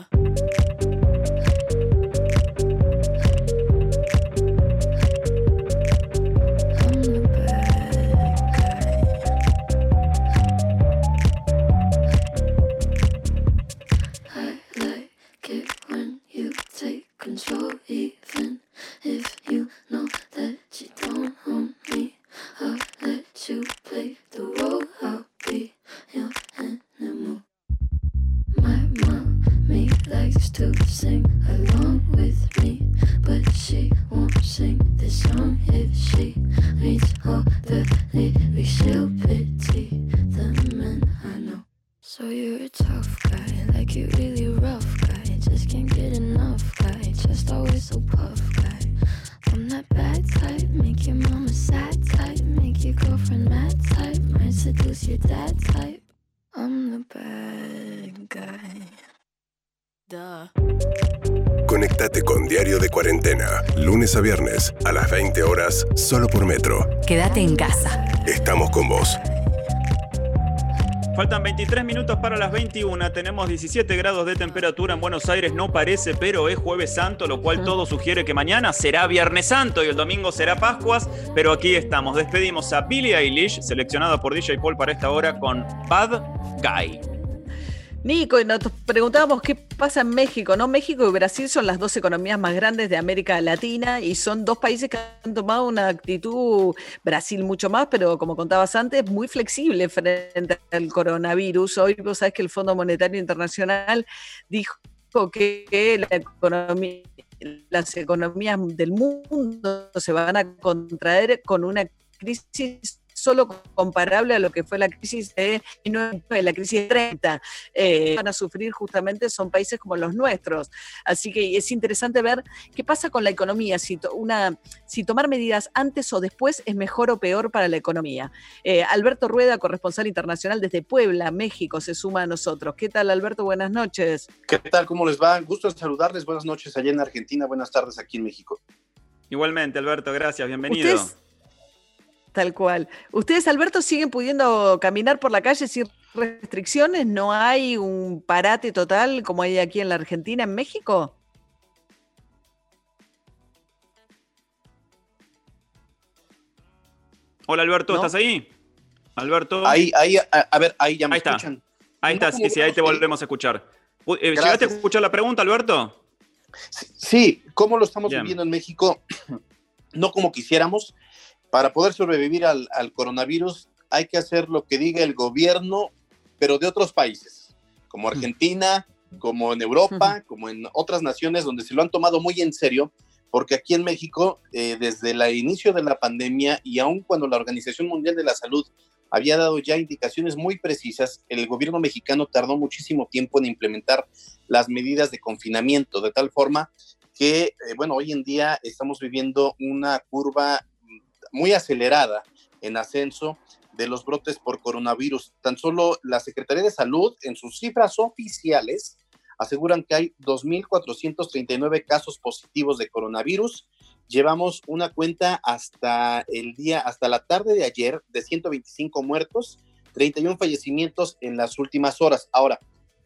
Control, even if you know that you don't own me. I'll let you play the role. I'll be your animal. My mommy likes to sing along with me, but she won't sing this song if she reads all the lyrics. She'll pity the men I know. So you're a tough guy, like you really rough guy. Just can't get enough guy, just always so puff guy. I'm that bad type, make your mama sad type, make your girlfriend mad type, might seduce your dad type. I'm the bad guy. Duh. Conéctate con Diario de Cuarentena, lunes a viernes a las veinte horas, solo por Metro. Quédate en casa. Estamos con vos. Faltan veintitrés minutos para las veintiuna, tenemos diecisiete grados de temperatura en Buenos Aires, no parece, pero es Jueves Santo, lo cual todo sugiere que mañana será Viernes Santo y el domingo será Pascuas, pero aquí estamos, despedimos a Billie Eilish, seleccionada por D J Paul para esta hora con Bad Guy. Nico, y nos preguntábamos qué pasa en México, ¿no? México y Brasil son las dos economías más grandes de América Latina y son dos países que han tomado una actitud, Brasil mucho más, pero como contabas antes, muy flexible frente al coronavirus. Hoy vos sabés que el Fondo Monetario Internacional dijo que la economía, las economías del mundo se van a contraer con una crisis solo comparable a lo que fue la crisis de la crisis de treinta. Eh, van a sufrir justamente son países como los nuestros. Así que es interesante ver qué pasa con la economía, si, to, una, si tomar medidas antes o después es mejor o peor para la economía. Eh, Alberto Rueda, corresponsal internacional desde Puebla, México, se suma a nosotros. ¿Qué tal, Alberto? Buenas noches. ¿Qué tal? ¿Cómo les va? Gusto saludarles. Buenas noches allá en Argentina, buenas tardes aquí en México. Igualmente, Alberto, gracias, bienvenido. ¿Ustedes? Tal cual. ¿Ustedes, Alberto, siguen pudiendo caminar por la calle sin restricciones? ¿No hay un parate total como hay aquí en la Argentina, en México? Hola, Alberto, ¿No? ¿estás ahí? Alberto. Ahí, ahí, a, a ver, ahí ya me ahí está. escuchan. Ahí está, sí, sí, ahí te volvemos a escuchar. Eh, ¿Llegaste a escuchar la pregunta, Alberto? Sí, ¿cómo lo estamos Bien. viviendo en México? No como quisiéramos. Para poder sobrevivir al, al coronavirus hay que hacer lo que diga el gobierno, pero de otros países, como Argentina, como en Europa, como en otras naciones donde se lo han tomado muy en serio, porque aquí en México, eh, desde el inicio de la pandemia y aun cuando la Organización Mundial de la Salud había dado ya indicaciones muy precisas, el gobierno mexicano tardó muchísimo tiempo en implementar las medidas de confinamiento, de tal forma que, eh, bueno, hoy en día estamos viviendo una curva muy acelerada en ascenso de los brotes por coronavirus. Tan solo la Secretaría de Salud, en sus cifras oficiales, aseguran que hay dos mil cuatrocientos treinta y nueve casos positivos de coronavirus. Llevamos una cuenta hasta el día, hasta la tarde de ayer, de ciento veinticinco muertos, treinta y uno fallecimientos en las últimas horas. Ahora,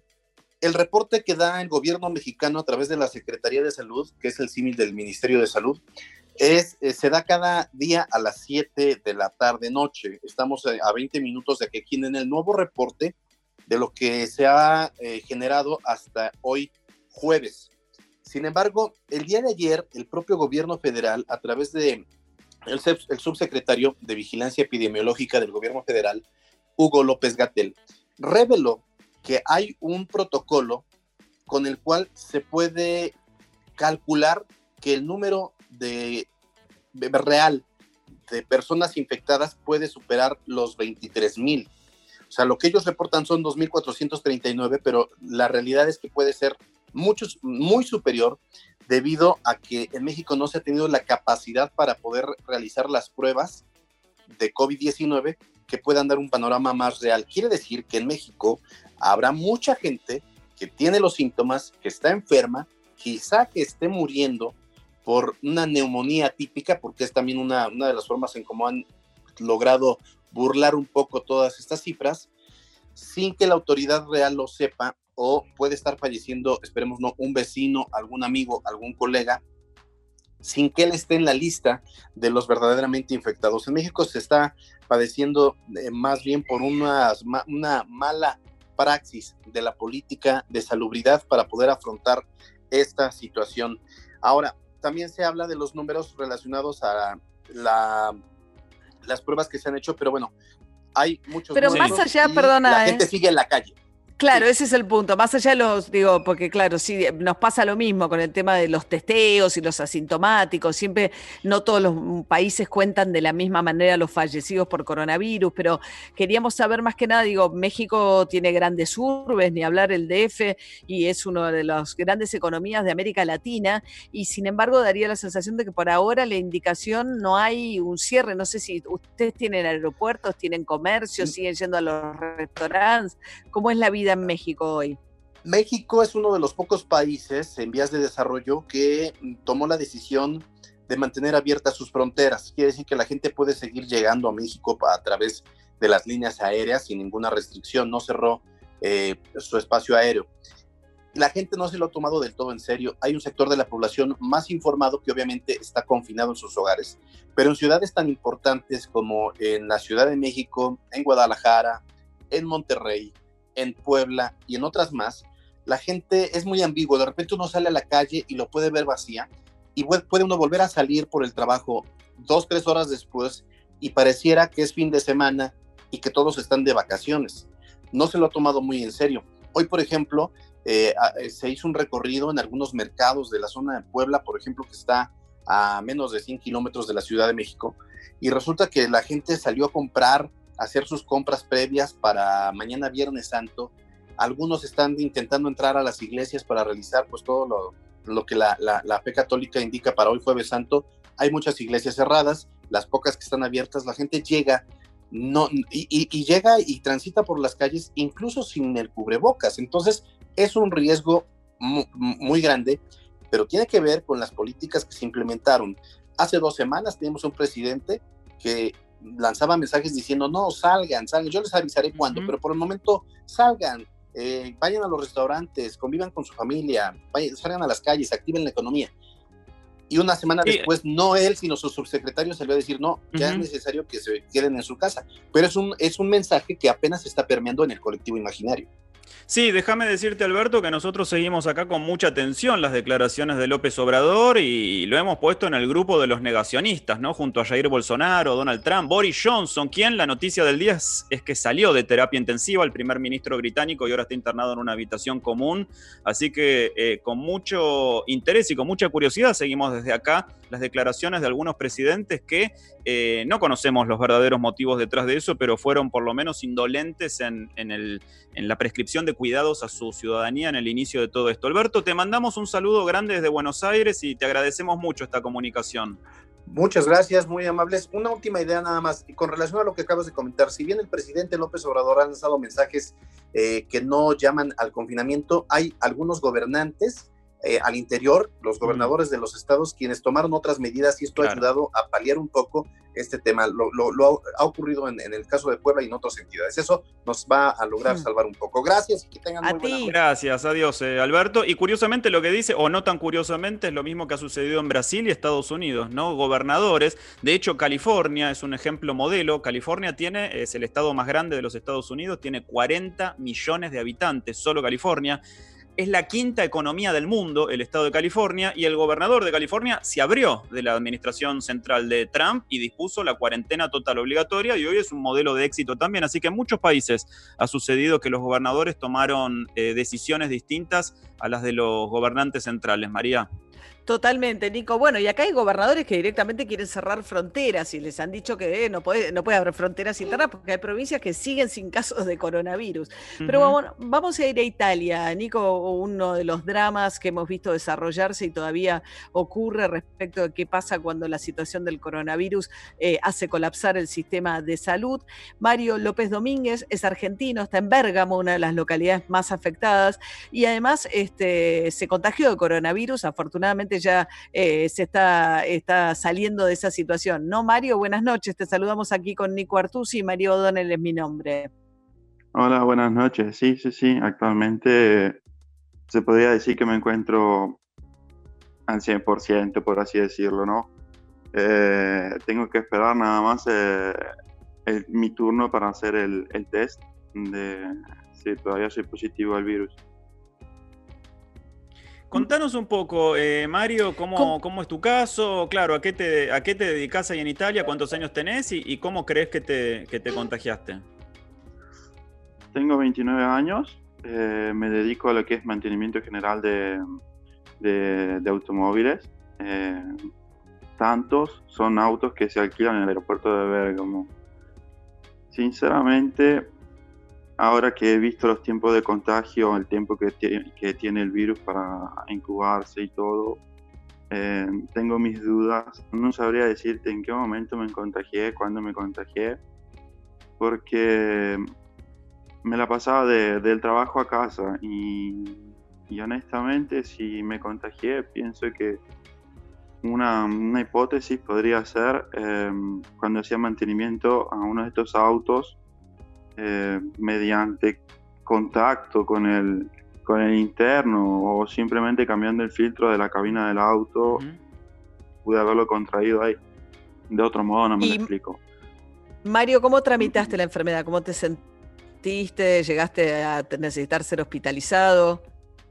el reporte que da el gobierno mexicano a través de la Secretaría de Salud, que es el símil del Ministerio de Salud, Es, eh, se da cada día a las siete de la tarde noche. Estamos eh, a veinte minutos de que tienen el nuevo reporte de lo que se ha eh, generado hasta hoy jueves. Sin embargo, el día de ayer, el propio gobierno federal, a través de el, el subsecretario de Vigilancia Epidemiológica del gobierno federal, Hugo López-Gatell, reveló que hay un protocolo con el cual se puede calcular que el número de, de real de personas infectadas puede superar los veintitrés mil. O sea, lo que ellos reportan son dos mil cuatrocientos treinta y nueve, pero la realidad es que puede ser mucho, muy superior debido a que en México no se ha tenido la capacidad para poder realizar las pruebas de COVID diecinueve que puedan dar un panorama más real. Quiere decir que en México habrá mucha gente que tiene los síntomas, que está enferma, quizá que esté muriendo por una neumonía típica, porque es también una, una de las formas en cómo han logrado burlar un poco todas estas cifras, sin que la autoridad real lo sepa, o puede estar falleciendo, esperemos no, un vecino, algún amigo, algún colega, sin que él esté en la lista de los verdaderamente infectados. En México se está padeciendo eh, más bien por una, una mala praxis de la política de salubridad para poder afrontar esta situación. Ahora, también se habla de los números relacionados a la, las pruebas que se han hecho, pero bueno, hay muchos pero números más allá, y perdona, la ¿eh? gente sigue en la calle. Claro, ese es el punto. Más allá de los, digo, porque claro, sí, nos pasa lo mismo con el tema de los testeos y los asintomáticos. Siempre no todos los países cuentan de la misma manera los fallecidos por coronavirus, pero queríamos saber más que nada, digo, México tiene grandes urbes, ni hablar el D F, y es una de las grandes economías de América Latina, y sin embargo daría la sensación de que por ahora la indicación no hay un cierre. No sé si ustedes tienen aeropuertos, tienen comercio, siguen yendo a los restaurantes. ¿Cómo es la vida en México hoy? México es uno de los pocos países en vías de desarrollo que tomó la decisión de mantener abiertas sus fronteras. Quiere decir que la gente puede seguir llegando a México a través de las líneas aéreas sin ninguna restricción, no cerró eh, su espacio aéreo. La gente no se lo ha tomado del todo en serio. Hay un sector de la población más informado que obviamente está confinado en sus hogares, pero en ciudades tan importantes como en la Ciudad de México, en Guadalajara, en Monterrey, en Puebla y en otras más, la gente es muy ambigua. De repente uno sale a la calle y lo puede ver vacía y puede uno volver a salir por el trabajo dos, tres horas después y pareciera que es fin de semana y que todos están de vacaciones. No se lo ha tomado muy en serio. Hoy, por ejemplo, eh, se hizo un recorrido en algunos mercados de la zona de Puebla, por ejemplo, que está a menos de cien kilómetros de la Ciudad de México, y resulta que la gente salió a comprar, a hacer sus compras previas para mañana Viernes Santo. Algunos están intentando entrar a las iglesias para realizar pues todo lo, lo que la, la, la fe católica indica para hoy Jueves Santo. Hay muchas iglesias cerradas, las pocas que están abiertas, la gente llega no, y, y, y llega y transita por las calles incluso sin el cubrebocas. Entonces es un riesgo muy, muy grande, pero tiene que ver con las políticas que se implementaron. Hace dos semanas teníamos un presidente que lanzaba mensajes diciendo no, salgan, salgan, yo les avisaré uh-huh. cuándo, pero por el momento salgan, eh, vayan a los restaurantes, convivan con su familia, vayan, salgan a las calles, activen la economía. Y una semana sí. después, no él, sino su subsecretario salió a decir, no, ya uh-huh. es necesario que se queden en su casa. Pero es un, es un mensaje que apenas se está permeando en el colectivo imaginario. Sí, déjame decirte, Alberto, que nosotros seguimos acá con mucha atención las declaraciones de López Obrador y lo hemos puesto en el grupo de los negacionistas, ¿no? Junto a Jair Bolsonaro, Donald Trump, Boris Johnson, quien la noticia del día es, es que salió de terapia intensiva, el primer ministro británico, y ahora está internado en una habitación común. Así que eh, con mucho interés y con mucha curiosidad seguimos desde acá las declaraciones de algunos presidentes que eh, no conocemos los verdaderos motivos detrás de eso, pero fueron por lo menos indolentes en, en, el, en la prescripción de cuidados a su ciudadanía en el inicio de todo esto. Alberto, te mandamos un saludo grande desde Buenos Aires y te agradecemos mucho esta comunicación. Muchas gracias, muy amables. Una última idea nada más, y con relación a lo que acabas de comentar, si bien el presidente López Obrador ha lanzado mensajes eh, que no llaman al confinamiento, hay algunos gobernantes Eh, al interior, los gobernadores mm. de los estados, quienes tomaron otras medidas, y esto claro. ha ayudado a paliar un poco este tema. Lo, lo, lo ha, ha ocurrido en, en el caso de Puebla y en otras entidades. Eso nos va a lograr mm. salvar un poco. Gracias y que tengan a muy ti. buena noche. Gracias, adiós, eh, Alberto. Y curiosamente lo que dice, o no tan curiosamente, es lo mismo que ha sucedido en Brasil y Estados Unidos, ¿no? Gobernadores, de hecho California es un ejemplo modelo. California tiene, es el estado más grande de los Estados Unidos, tiene cuarenta millones de habitantes, solo California. Es la quinta economía del mundo, el estado de California, y el gobernador de California se abrió de la administración central de Trump y dispuso la cuarentena total obligatoria, y hoy es un modelo de éxito también. Así que en muchos países ha sucedido que los gobernadores tomaron eh, decisiones distintas a las de los gobernantes centrales. María. Totalmente, Nico. Bueno, y acá hay gobernadores que directamente quieren cerrar fronteras y les han dicho que eh, no puede, no puede haber fronteras internas porque hay provincias que siguen sin casos de coronavirus. Uh-huh. Pero vamos, vamos a ir a Italia, Nico, uno de los dramas que hemos visto desarrollarse y todavía ocurre respecto de qué pasa cuando la situación del coronavirus eh, hace colapsar el sistema de salud. Mario López Domínguez es argentino, está en Bérgamo, una de las localidades más afectadas, y además este, se contagió de coronavirus. Afortunadamente ya eh, se está, está saliendo de esa situación, ¿no, Mario? Buenas noches, te saludamos aquí con Nico Artusi y Mario O'Donnell es mi nombre. Hola, buenas noches. Sí, sí, sí, actualmente se podría decir que me encuentro al cien por ciento, por así decirlo, ¿no? Eh, tengo que esperar nada más eh, el, mi turno para hacer el, el test de si todavía soy positivo al virus. Contanos un poco, eh, Mario, cómo, ¿Cómo? cómo es tu caso, claro, a qué te, a qué te dedicas ahí en Italia, cuántos años tenés y, y cómo crees que te, que te contagiaste. Tengo veintinueve años, eh, me dedico a lo que es mantenimiento general de, de, de automóviles. Eh, tantos son autos que se alquilan en el aeropuerto de Bérgamo. Sinceramente, ahora que he visto los tiempos de contagio, el tiempo que, t- que tiene el virus para incubarse y todo, eh, tengo mis dudas. No sabría decirte en qué momento me contagié, cuándo me contagié, porque me la pasaba de, del trabajo a casa y, y honestamente si me contagié pienso que una, una hipótesis podría ser eh, cuando hacía mantenimiento a uno de estos autos eh, mediante contacto con el, con el interno o simplemente cambiando el filtro de la cabina del auto, uh-huh. pude haberlo contraído ahí. De otro modo no me y, lo explico. Mario, ¿cómo tramitaste la enfermedad? ¿Cómo te sentiste? ¿Llegaste a necesitar ser hospitalizado?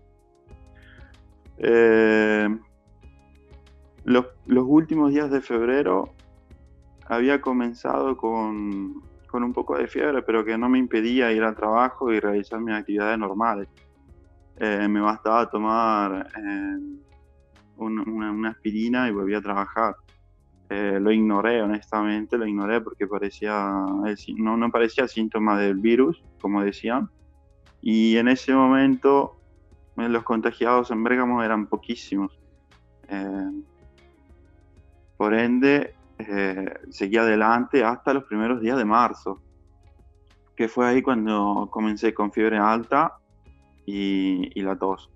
Eh, los, los últimos días de febrero había comenzado con, con un poco de fiebre, pero que no me impedía ir al trabajo y realizar mis actividades normales. Eh, me bastaba tomar eh, un, una, una aspirina y volví a trabajar. Eh, lo ignoré, honestamente, lo ignoré porque parecía, no, no parecía síntoma del virus, como decían. Y en ese momento los contagiados en Bérgamo eran poquísimos. Eh, por ende, eh, seguí adelante hasta los primeros días de marzo, que fue ahí cuando comencé con fiebre alta y, y la tos.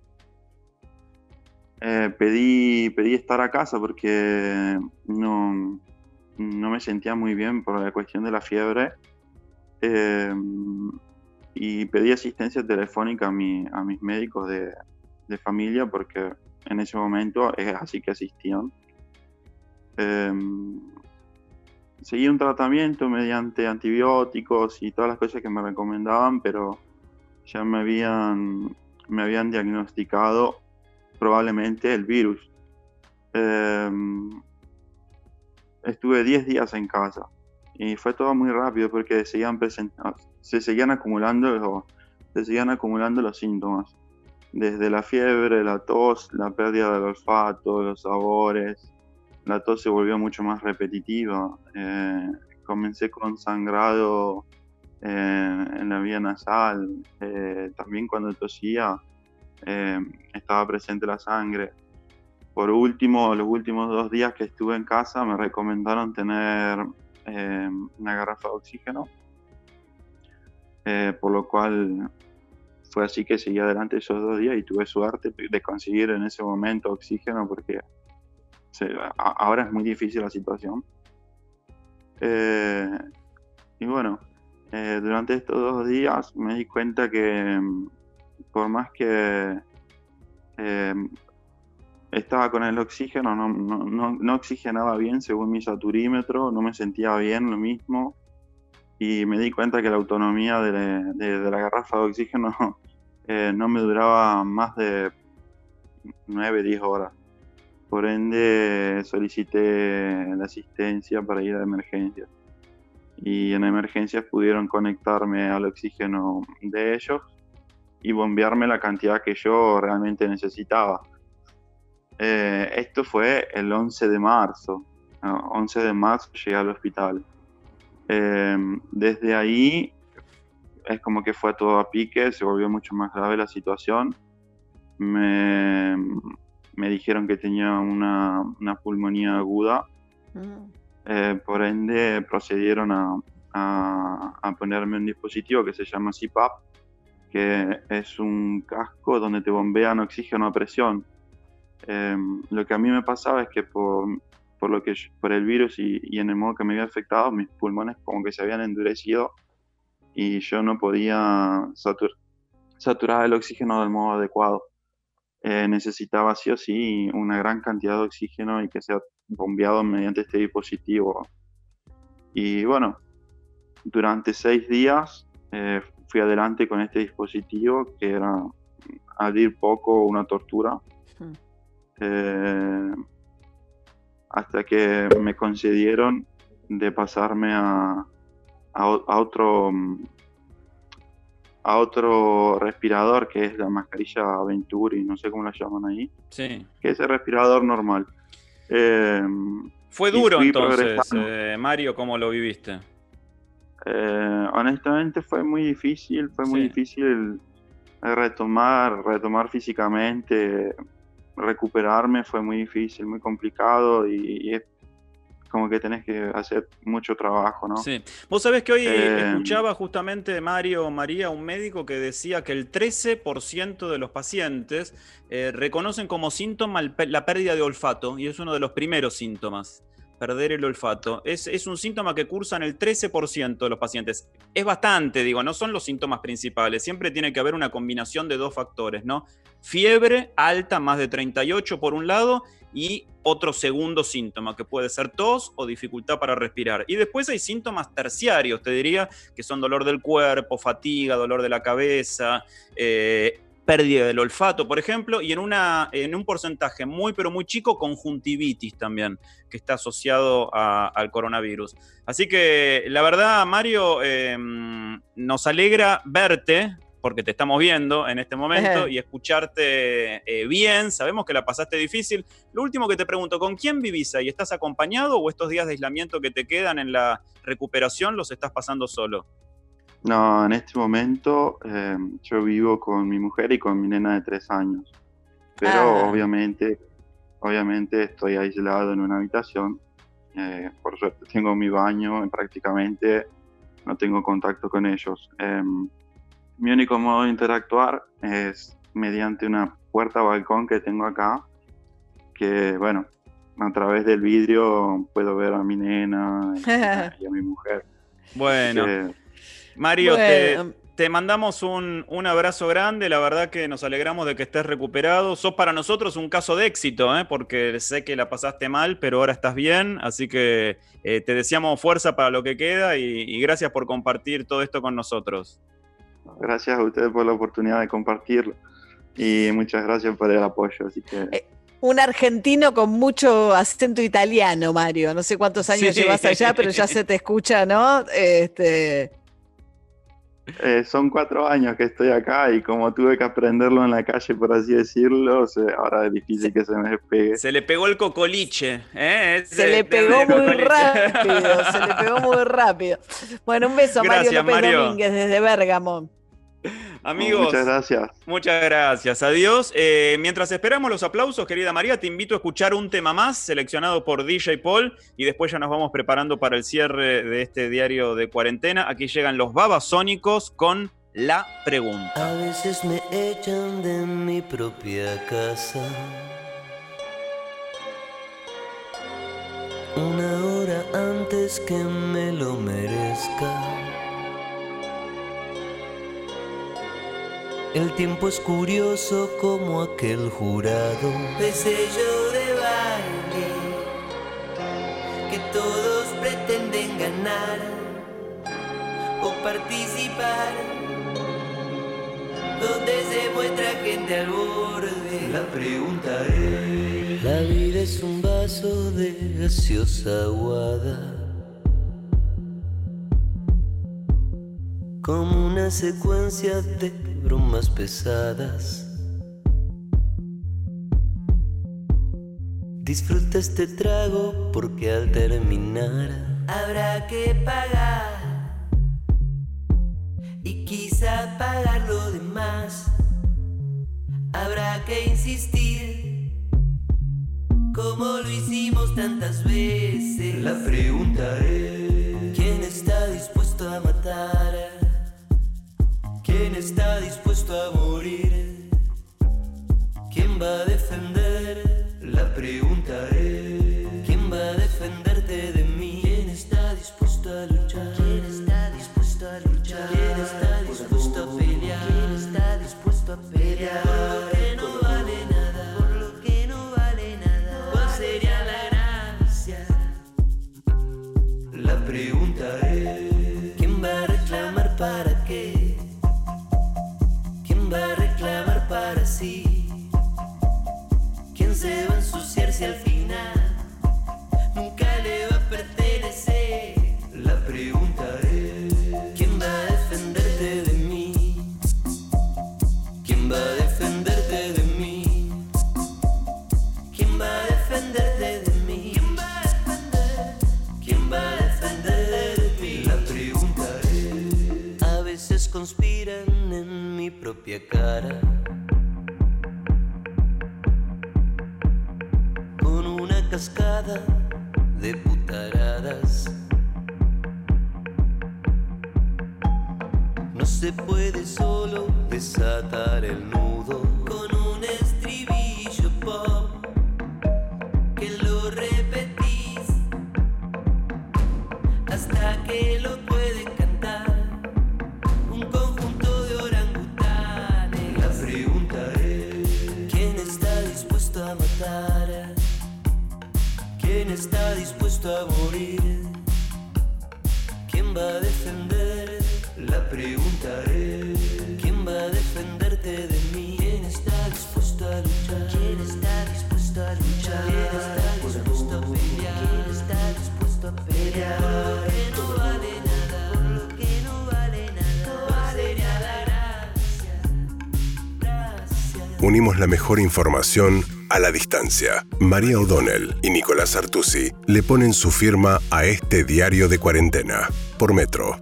Eh, pedí, pedí estar a casa porque no, no me sentía muy bien por la cuestión de la fiebre. Eh, y pedí asistencia telefónica a, mi, a mis médicos de, de familia porque en ese momento es así que asistían. Eh, seguí un tratamiento mediante antibióticos y todas las cosas que me recomendaban, pero ya me habían, me habían diagnosticado probablemente el virus. Eh, estuve diez días en casa y fue todo muy rápido porque seguían presentando, se seguían acumulando, se seguían acumulando los síntomas. Desde la fiebre, la tos, la pérdida del olfato, los sabores. La tos se volvió mucho más repetitiva. Eh, comencé con sangrado eh, en la vía nasal. Eh, también cuando tosía eh, estaba presente la sangre. Por último, los últimos dos días que estuve en casa me recomendaron tener eh, una garrafa de oxígeno. Eh, por lo cual fue así que seguí adelante esos dos días y tuve suerte de conseguir en ese momento oxígeno porque se, a, ahora es muy difícil la situación. Eh, y bueno, eh, durante estos dos días me di cuenta que por más que eh, estaba con el oxígeno, no, no, no, no oxigenaba bien según mi saturímetro, no me sentía bien lo mismo. Y me di cuenta que la autonomía de, de, de la garrafa de oxígeno eh, no me duraba más de nueve a diez horas. Por ende solicité la asistencia para ir a emergencias. Y en emergencias pudieron conectarme al oxígeno de ellos y bombearme la cantidad que yo realmente necesitaba. Eh, esto fue el once de marzo. ¿no? once de marzo llegué al hospital. Eh, desde ahí es como que fue todo a pique, se volvió mucho más grave la situación. Me, me dijeron que tenía una, una pulmonía aguda. Mm. Eh, por ende procedieron a, a, a ponerme un dispositivo que se llama C PAP, que es un casco donde te bombean oxígeno a presión. Eh, lo que a mí me pasaba es que por por lo que yo, por el virus y, y en el modo que me había afectado, mis pulmones como que se habían endurecido y yo no podía satur, saturar el oxígeno del modo adecuado. Eh, necesitaba sí o sí una gran cantidad de oxígeno y que sea bombeado mediante este dispositivo. Y bueno, durante seis días eh, fui adelante con este dispositivo que era, a decir poco, una tortura. Hmm. Eh, hasta que me concedieron de pasarme a, a, a otro a otro respirador que es la mascarilla Venturi, no sé cómo la llaman ahí, sí. que es el respirador normal. Eh, Fue duro entonces, eh, Mario, ¿cómo lo viviste? Eh, honestamente fue muy difícil, fue muy sí. difícil retomar, retomar físicamente. Recuperarme fue muy difícil, muy complicado y, y es como que tenés que hacer mucho trabajo, ¿no? Sí. Vos sabés que hoy eh, escuchaba justamente Mario María, un médico que decía que el trece por ciento de los pacientes eh, reconocen como síntoma el, la pérdida de olfato y es uno de los primeros síntomas. perder el olfato. Es, es un síntoma que cursa en el trece por ciento de los pacientes. Es bastante, digo, no son los síntomas principales. Siempre tiene que haber una combinación de dos factores, ¿no? Fiebre alta, más de treinta y ocho por un lado, y otro segundo síntoma, que puede ser tos o dificultad para respirar. Y después hay síntomas terciarios, te diría, que son dolor del cuerpo, fatiga, dolor de la cabeza, eh, pérdida del olfato, por ejemplo, y en, una, en un porcentaje muy, pero muy chico, conjuntivitis también, que está asociado a, al coronavirus. Así que, la verdad, Mario, eh, nos alegra verte, porque te estamos viendo en este momento, y escucharte eh, bien. Sabemos que la pasaste difícil. Lo último que te pregunto, ¿con quién vivís ahí? ¿Estás acompañado o estos días de aislamiento que te quedan en la recuperación los estás pasando solo? No, en este momento eh, yo vivo con mi mujer y con mi nena de tres años. Pero Ah. obviamente, obviamente estoy aislado en una habitación. Eh, por suerte tengo mi baño, prácticamente no tengo contacto con ellos. Eh, mi único modo de interactuar es mediante una puerta balcón que tengo acá, que bueno, a través del vidrio puedo ver a mi nena y, y a mi mujer. Bueno. Eh, Mario, Bueno. te, te mandamos un, un abrazo grande. La verdad que nos alegramos de que estés recuperado. Sos para nosotros un caso de éxito, ¿eh? Porque sé que la pasaste mal, pero ahora estás bien. Así que eh, te deseamos fuerza para lo que queda y, y gracias por compartir todo esto con nosotros. Gracias a ustedes por la oportunidad de compartirlo y muchas gracias por el apoyo. Así que Un argentino con mucho acento italiano, Mario. No sé cuántos años Sí. llevas allá, pero ya se te escucha, ¿no? Este... eh, son cuatro años que estoy acá y como tuve que aprenderlo en la calle, por así decirlo, se- ahora es difícil que se me despegue. Se le pegó el cocoliche, ¿eh? Ese Se le tema pegó de muy cocoliche. rápido, se le pegó muy rápido. Bueno, un beso a Mario Gracias, López Mario. Domínguez desde Bérgamo. Amigos, Muchas gracias. Muchas gracias, adiós. Eh, mientras esperamos los aplausos, querida María, te invito a escuchar un tema más seleccionado por D J Paul y después ya nos vamos preparando para el cierre de este diario de cuarentena. Aquí llegan los Babasónicos con La Pregunta. A veces me echan de mi propia casa. Una hora antes que me lo merezca. El tiempo es curioso como aquel jurado de sello de baile que todos pretenden ganar o participar, donde se muestra gente al borde. La pregunta es: la vida es un vaso de gaseosa aguada, como una secuencia de bromas pesadas. Disfruta este trago porque al terminar habrá que pagar y quizá pagar lo demás. Habrá que insistir como lo hicimos tantas veces. La pregunta es: ¿quién está dispuesto a matar? ¿Quién está dispuesto a morir? ¿Quién va a defender? La pregunta es: ¿quién va a defenderte de mí? ¿Quién está dispuesto a luchar? ¿Quién está dispuesto a luchar? ¿Quién está dispuesto a pelear? ¿Quién está dispuesto a pelear? Por lo que no vale nada, por lo que no vale nada. ¿Cuál sería la gracia? La pregunta es: ¿quién va a reclamar para qué? ¿Quién va a reclamar para sí? ¿Quién se va a ensuciar si al final nunca le va a pertenecer? La pregunta es: ¿quién va a defenderte de mí? ¿Quién va a defenderte de mí? ¿Quién va a defenderte de mí? ¿Quién va a defender? ¿Quién va a defender de mí? La pregunta es: a veces conspiran en mi propia cara, con una cascada de putaradas. No se puede solo desatar el nudo con un estribillo pop que lo repetís hasta que lo puede cantar un conjunto de orangutanes. La pregunta es: ¿quién está dispuesto a matar? ¿Quién está dispuesto a morir? ¿Quién va a defender? La pregunta es: ¿quién va a defenderte de mí? ¿Quién está dispuesto a luchar? ¿Quién está dispuesto a luchar? ¿Quién está dispuesto a pelear? ¿Quién está dispuesto a pelear? Por lo que no vale nada, por lo que no vale nada, no vale nada. Gracias, gracias. Unimos la mejor información a la distancia. María O'Donnell y Nicolás Artusi le ponen su firma a este diario de cuarentena por Metro.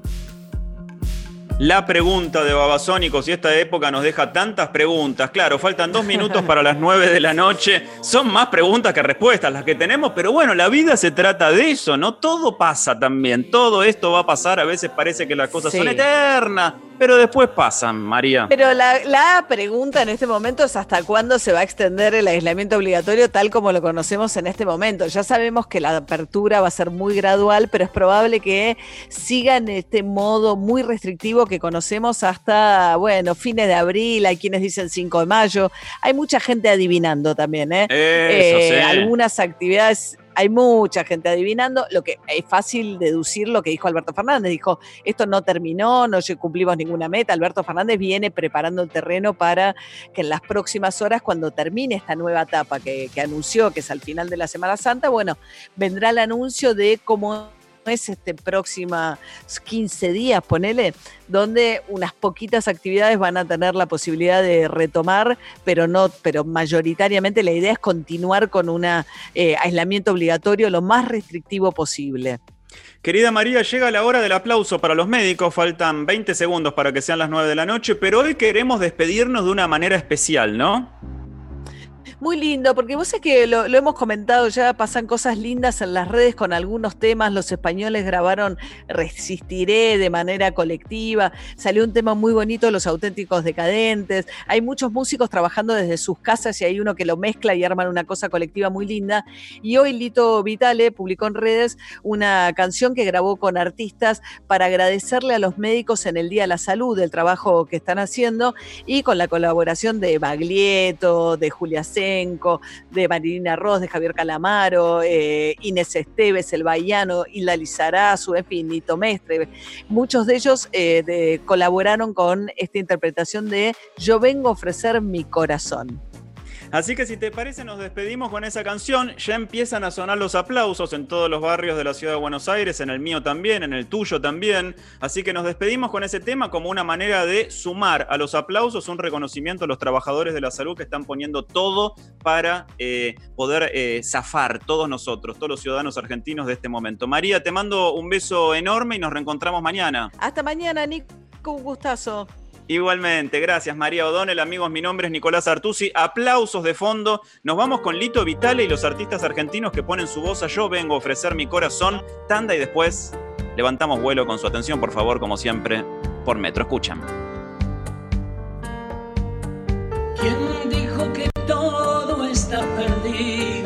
La pregunta de Babasónicos, y esta época nos deja tantas preguntas. Claro, faltan dos minutos para las nueve de la noche. Son más preguntas que respuestas las que tenemos, pero bueno, la vida se trata de eso, ¿no? Todo pasa también, todo esto va a pasar. A veces parece que las cosas Sí. son eternas, pero después pasan, María. Pero la, la pregunta en este momento es hasta cuándo se va a extender el aislamiento obligatorio tal como lo conocemos en este momento. Ya sabemos que la apertura va a ser muy gradual, pero es probable que siga en este modo muy restrictivo que conocemos hasta, bueno, fines de abril. Hay quienes dicen cinco de mayo. Hay mucha gente adivinando también, ¿eh? Eso, Eh, sí. Algunas actividades... Hay mucha gente adivinando, lo que es fácil deducir lo que dijo Alberto Fernández. Dijo, esto no terminó, no cumplimos ninguna meta. Alberto Fernández viene preparando el terreno para que en las próximas horas, cuando termine esta nueva etapa que, que anunció, que es al final de la Semana Santa, bueno, vendrá el anuncio de cómo es este próxima quince días, ponele, donde unas poquitas actividades van a tener la posibilidad de retomar, pero no, pero mayoritariamente la idea es continuar con un eh, aislamiento obligatorio lo más restrictivo posible. Querida María, llega la hora del aplauso para los médicos. Faltan veinte segundos para que sean las nueve de la noche, pero hoy queremos despedirnos de una manera especial, ¿no? Muy lindo, porque vos sabés que lo, lo hemos comentado ya, pasan cosas lindas en las redes con algunos temas. Los españoles grabaron Resistiré de manera colectiva, salió un tema muy bonito, Los Auténticos Decadentes. Hay muchos músicos trabajando desde sus casas y hay uno que lo mezcla y arman una cosa colectiva muy linda. Y hoy Lito Vitale publicó en redes una canción que grabó con artistas para agradecerle a los médicos en el Día de la Salud del trabajo que están haciendo, y con la colaboración de Baglietto, de Julia C, de Marilina Ross, de Javier Calamaro, eh, Inés Esteves, El Bahiano, Hilda Lizarazu, en fin, Nito Mestre. Muchos de ellos eh, de, colaboraron con esta interpretación de Yo vengo a ofrecer mi corazón. Así que si te parece, nos despedimos con esa canción. Ya empiezan a sonar los aplausos en todos los barrios de la ciudad de Buenos Aires, en el mío también, en el tuyo también. Así que nos despedimos con ese tema como una manera de sumar a los aplausos un reconocimiento a los trabajadores de la salud que están poniendo todo para eh, poder eh, zafar todos nosotros, todos los ciudadanos argentinos de este momento. María, te mando un beso enorme y nos reencontramos mañana. Hasta mañana, Nico, un gustazo. Igualmente, gracias María O'Donnell. Amigos, mi nombre es Nicolás Artusi. Aplausos de fondo. Nos vamos con Lito Vitale y los artistas argentinos que ponen su voz a Yo vengo a ofrecer mi corazón. Tanda y después levantamos vuelo con su atención, por favor, como siempre, por Metro. Escuchan. ¿Quién dijo que todo está perdido?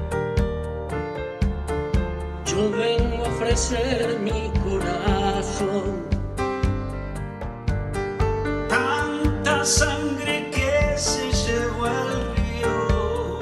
Yo vengo a ofrecer mi corazón. Tanta sangre que se llevó al río.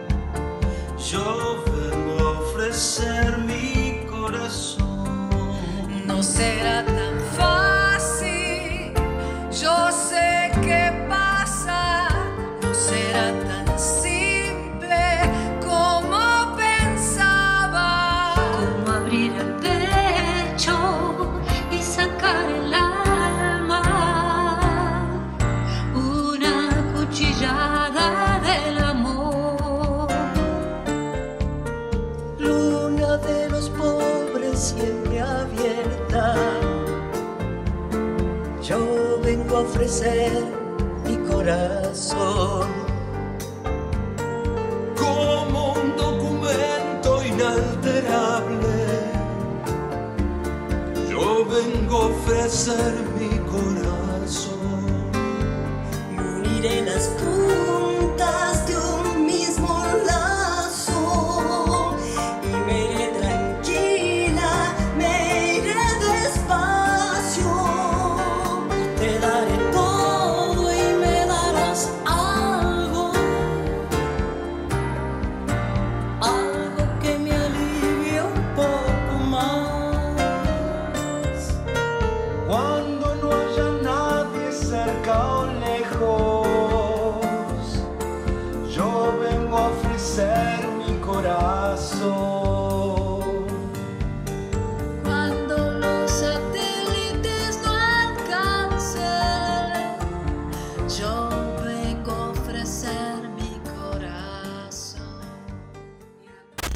Yo vengo a ofrecer mi corazón. No será tan fácil, yo sé qué pasa. No será tan simple como pensaba. Como abrir el pecho y sacar el alma. Una cuchillada del amor. Luna de los pobres siempre abierta. Yo vengo a ofrecer mi corazón como un documento inalterable. Yo vengo a ofrecer mi corazón. Uniré las puntas de un mismo lazo y me iré tranquila, me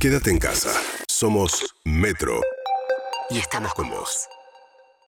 Quédate en casa. Somos Metro. Y estamos con vos.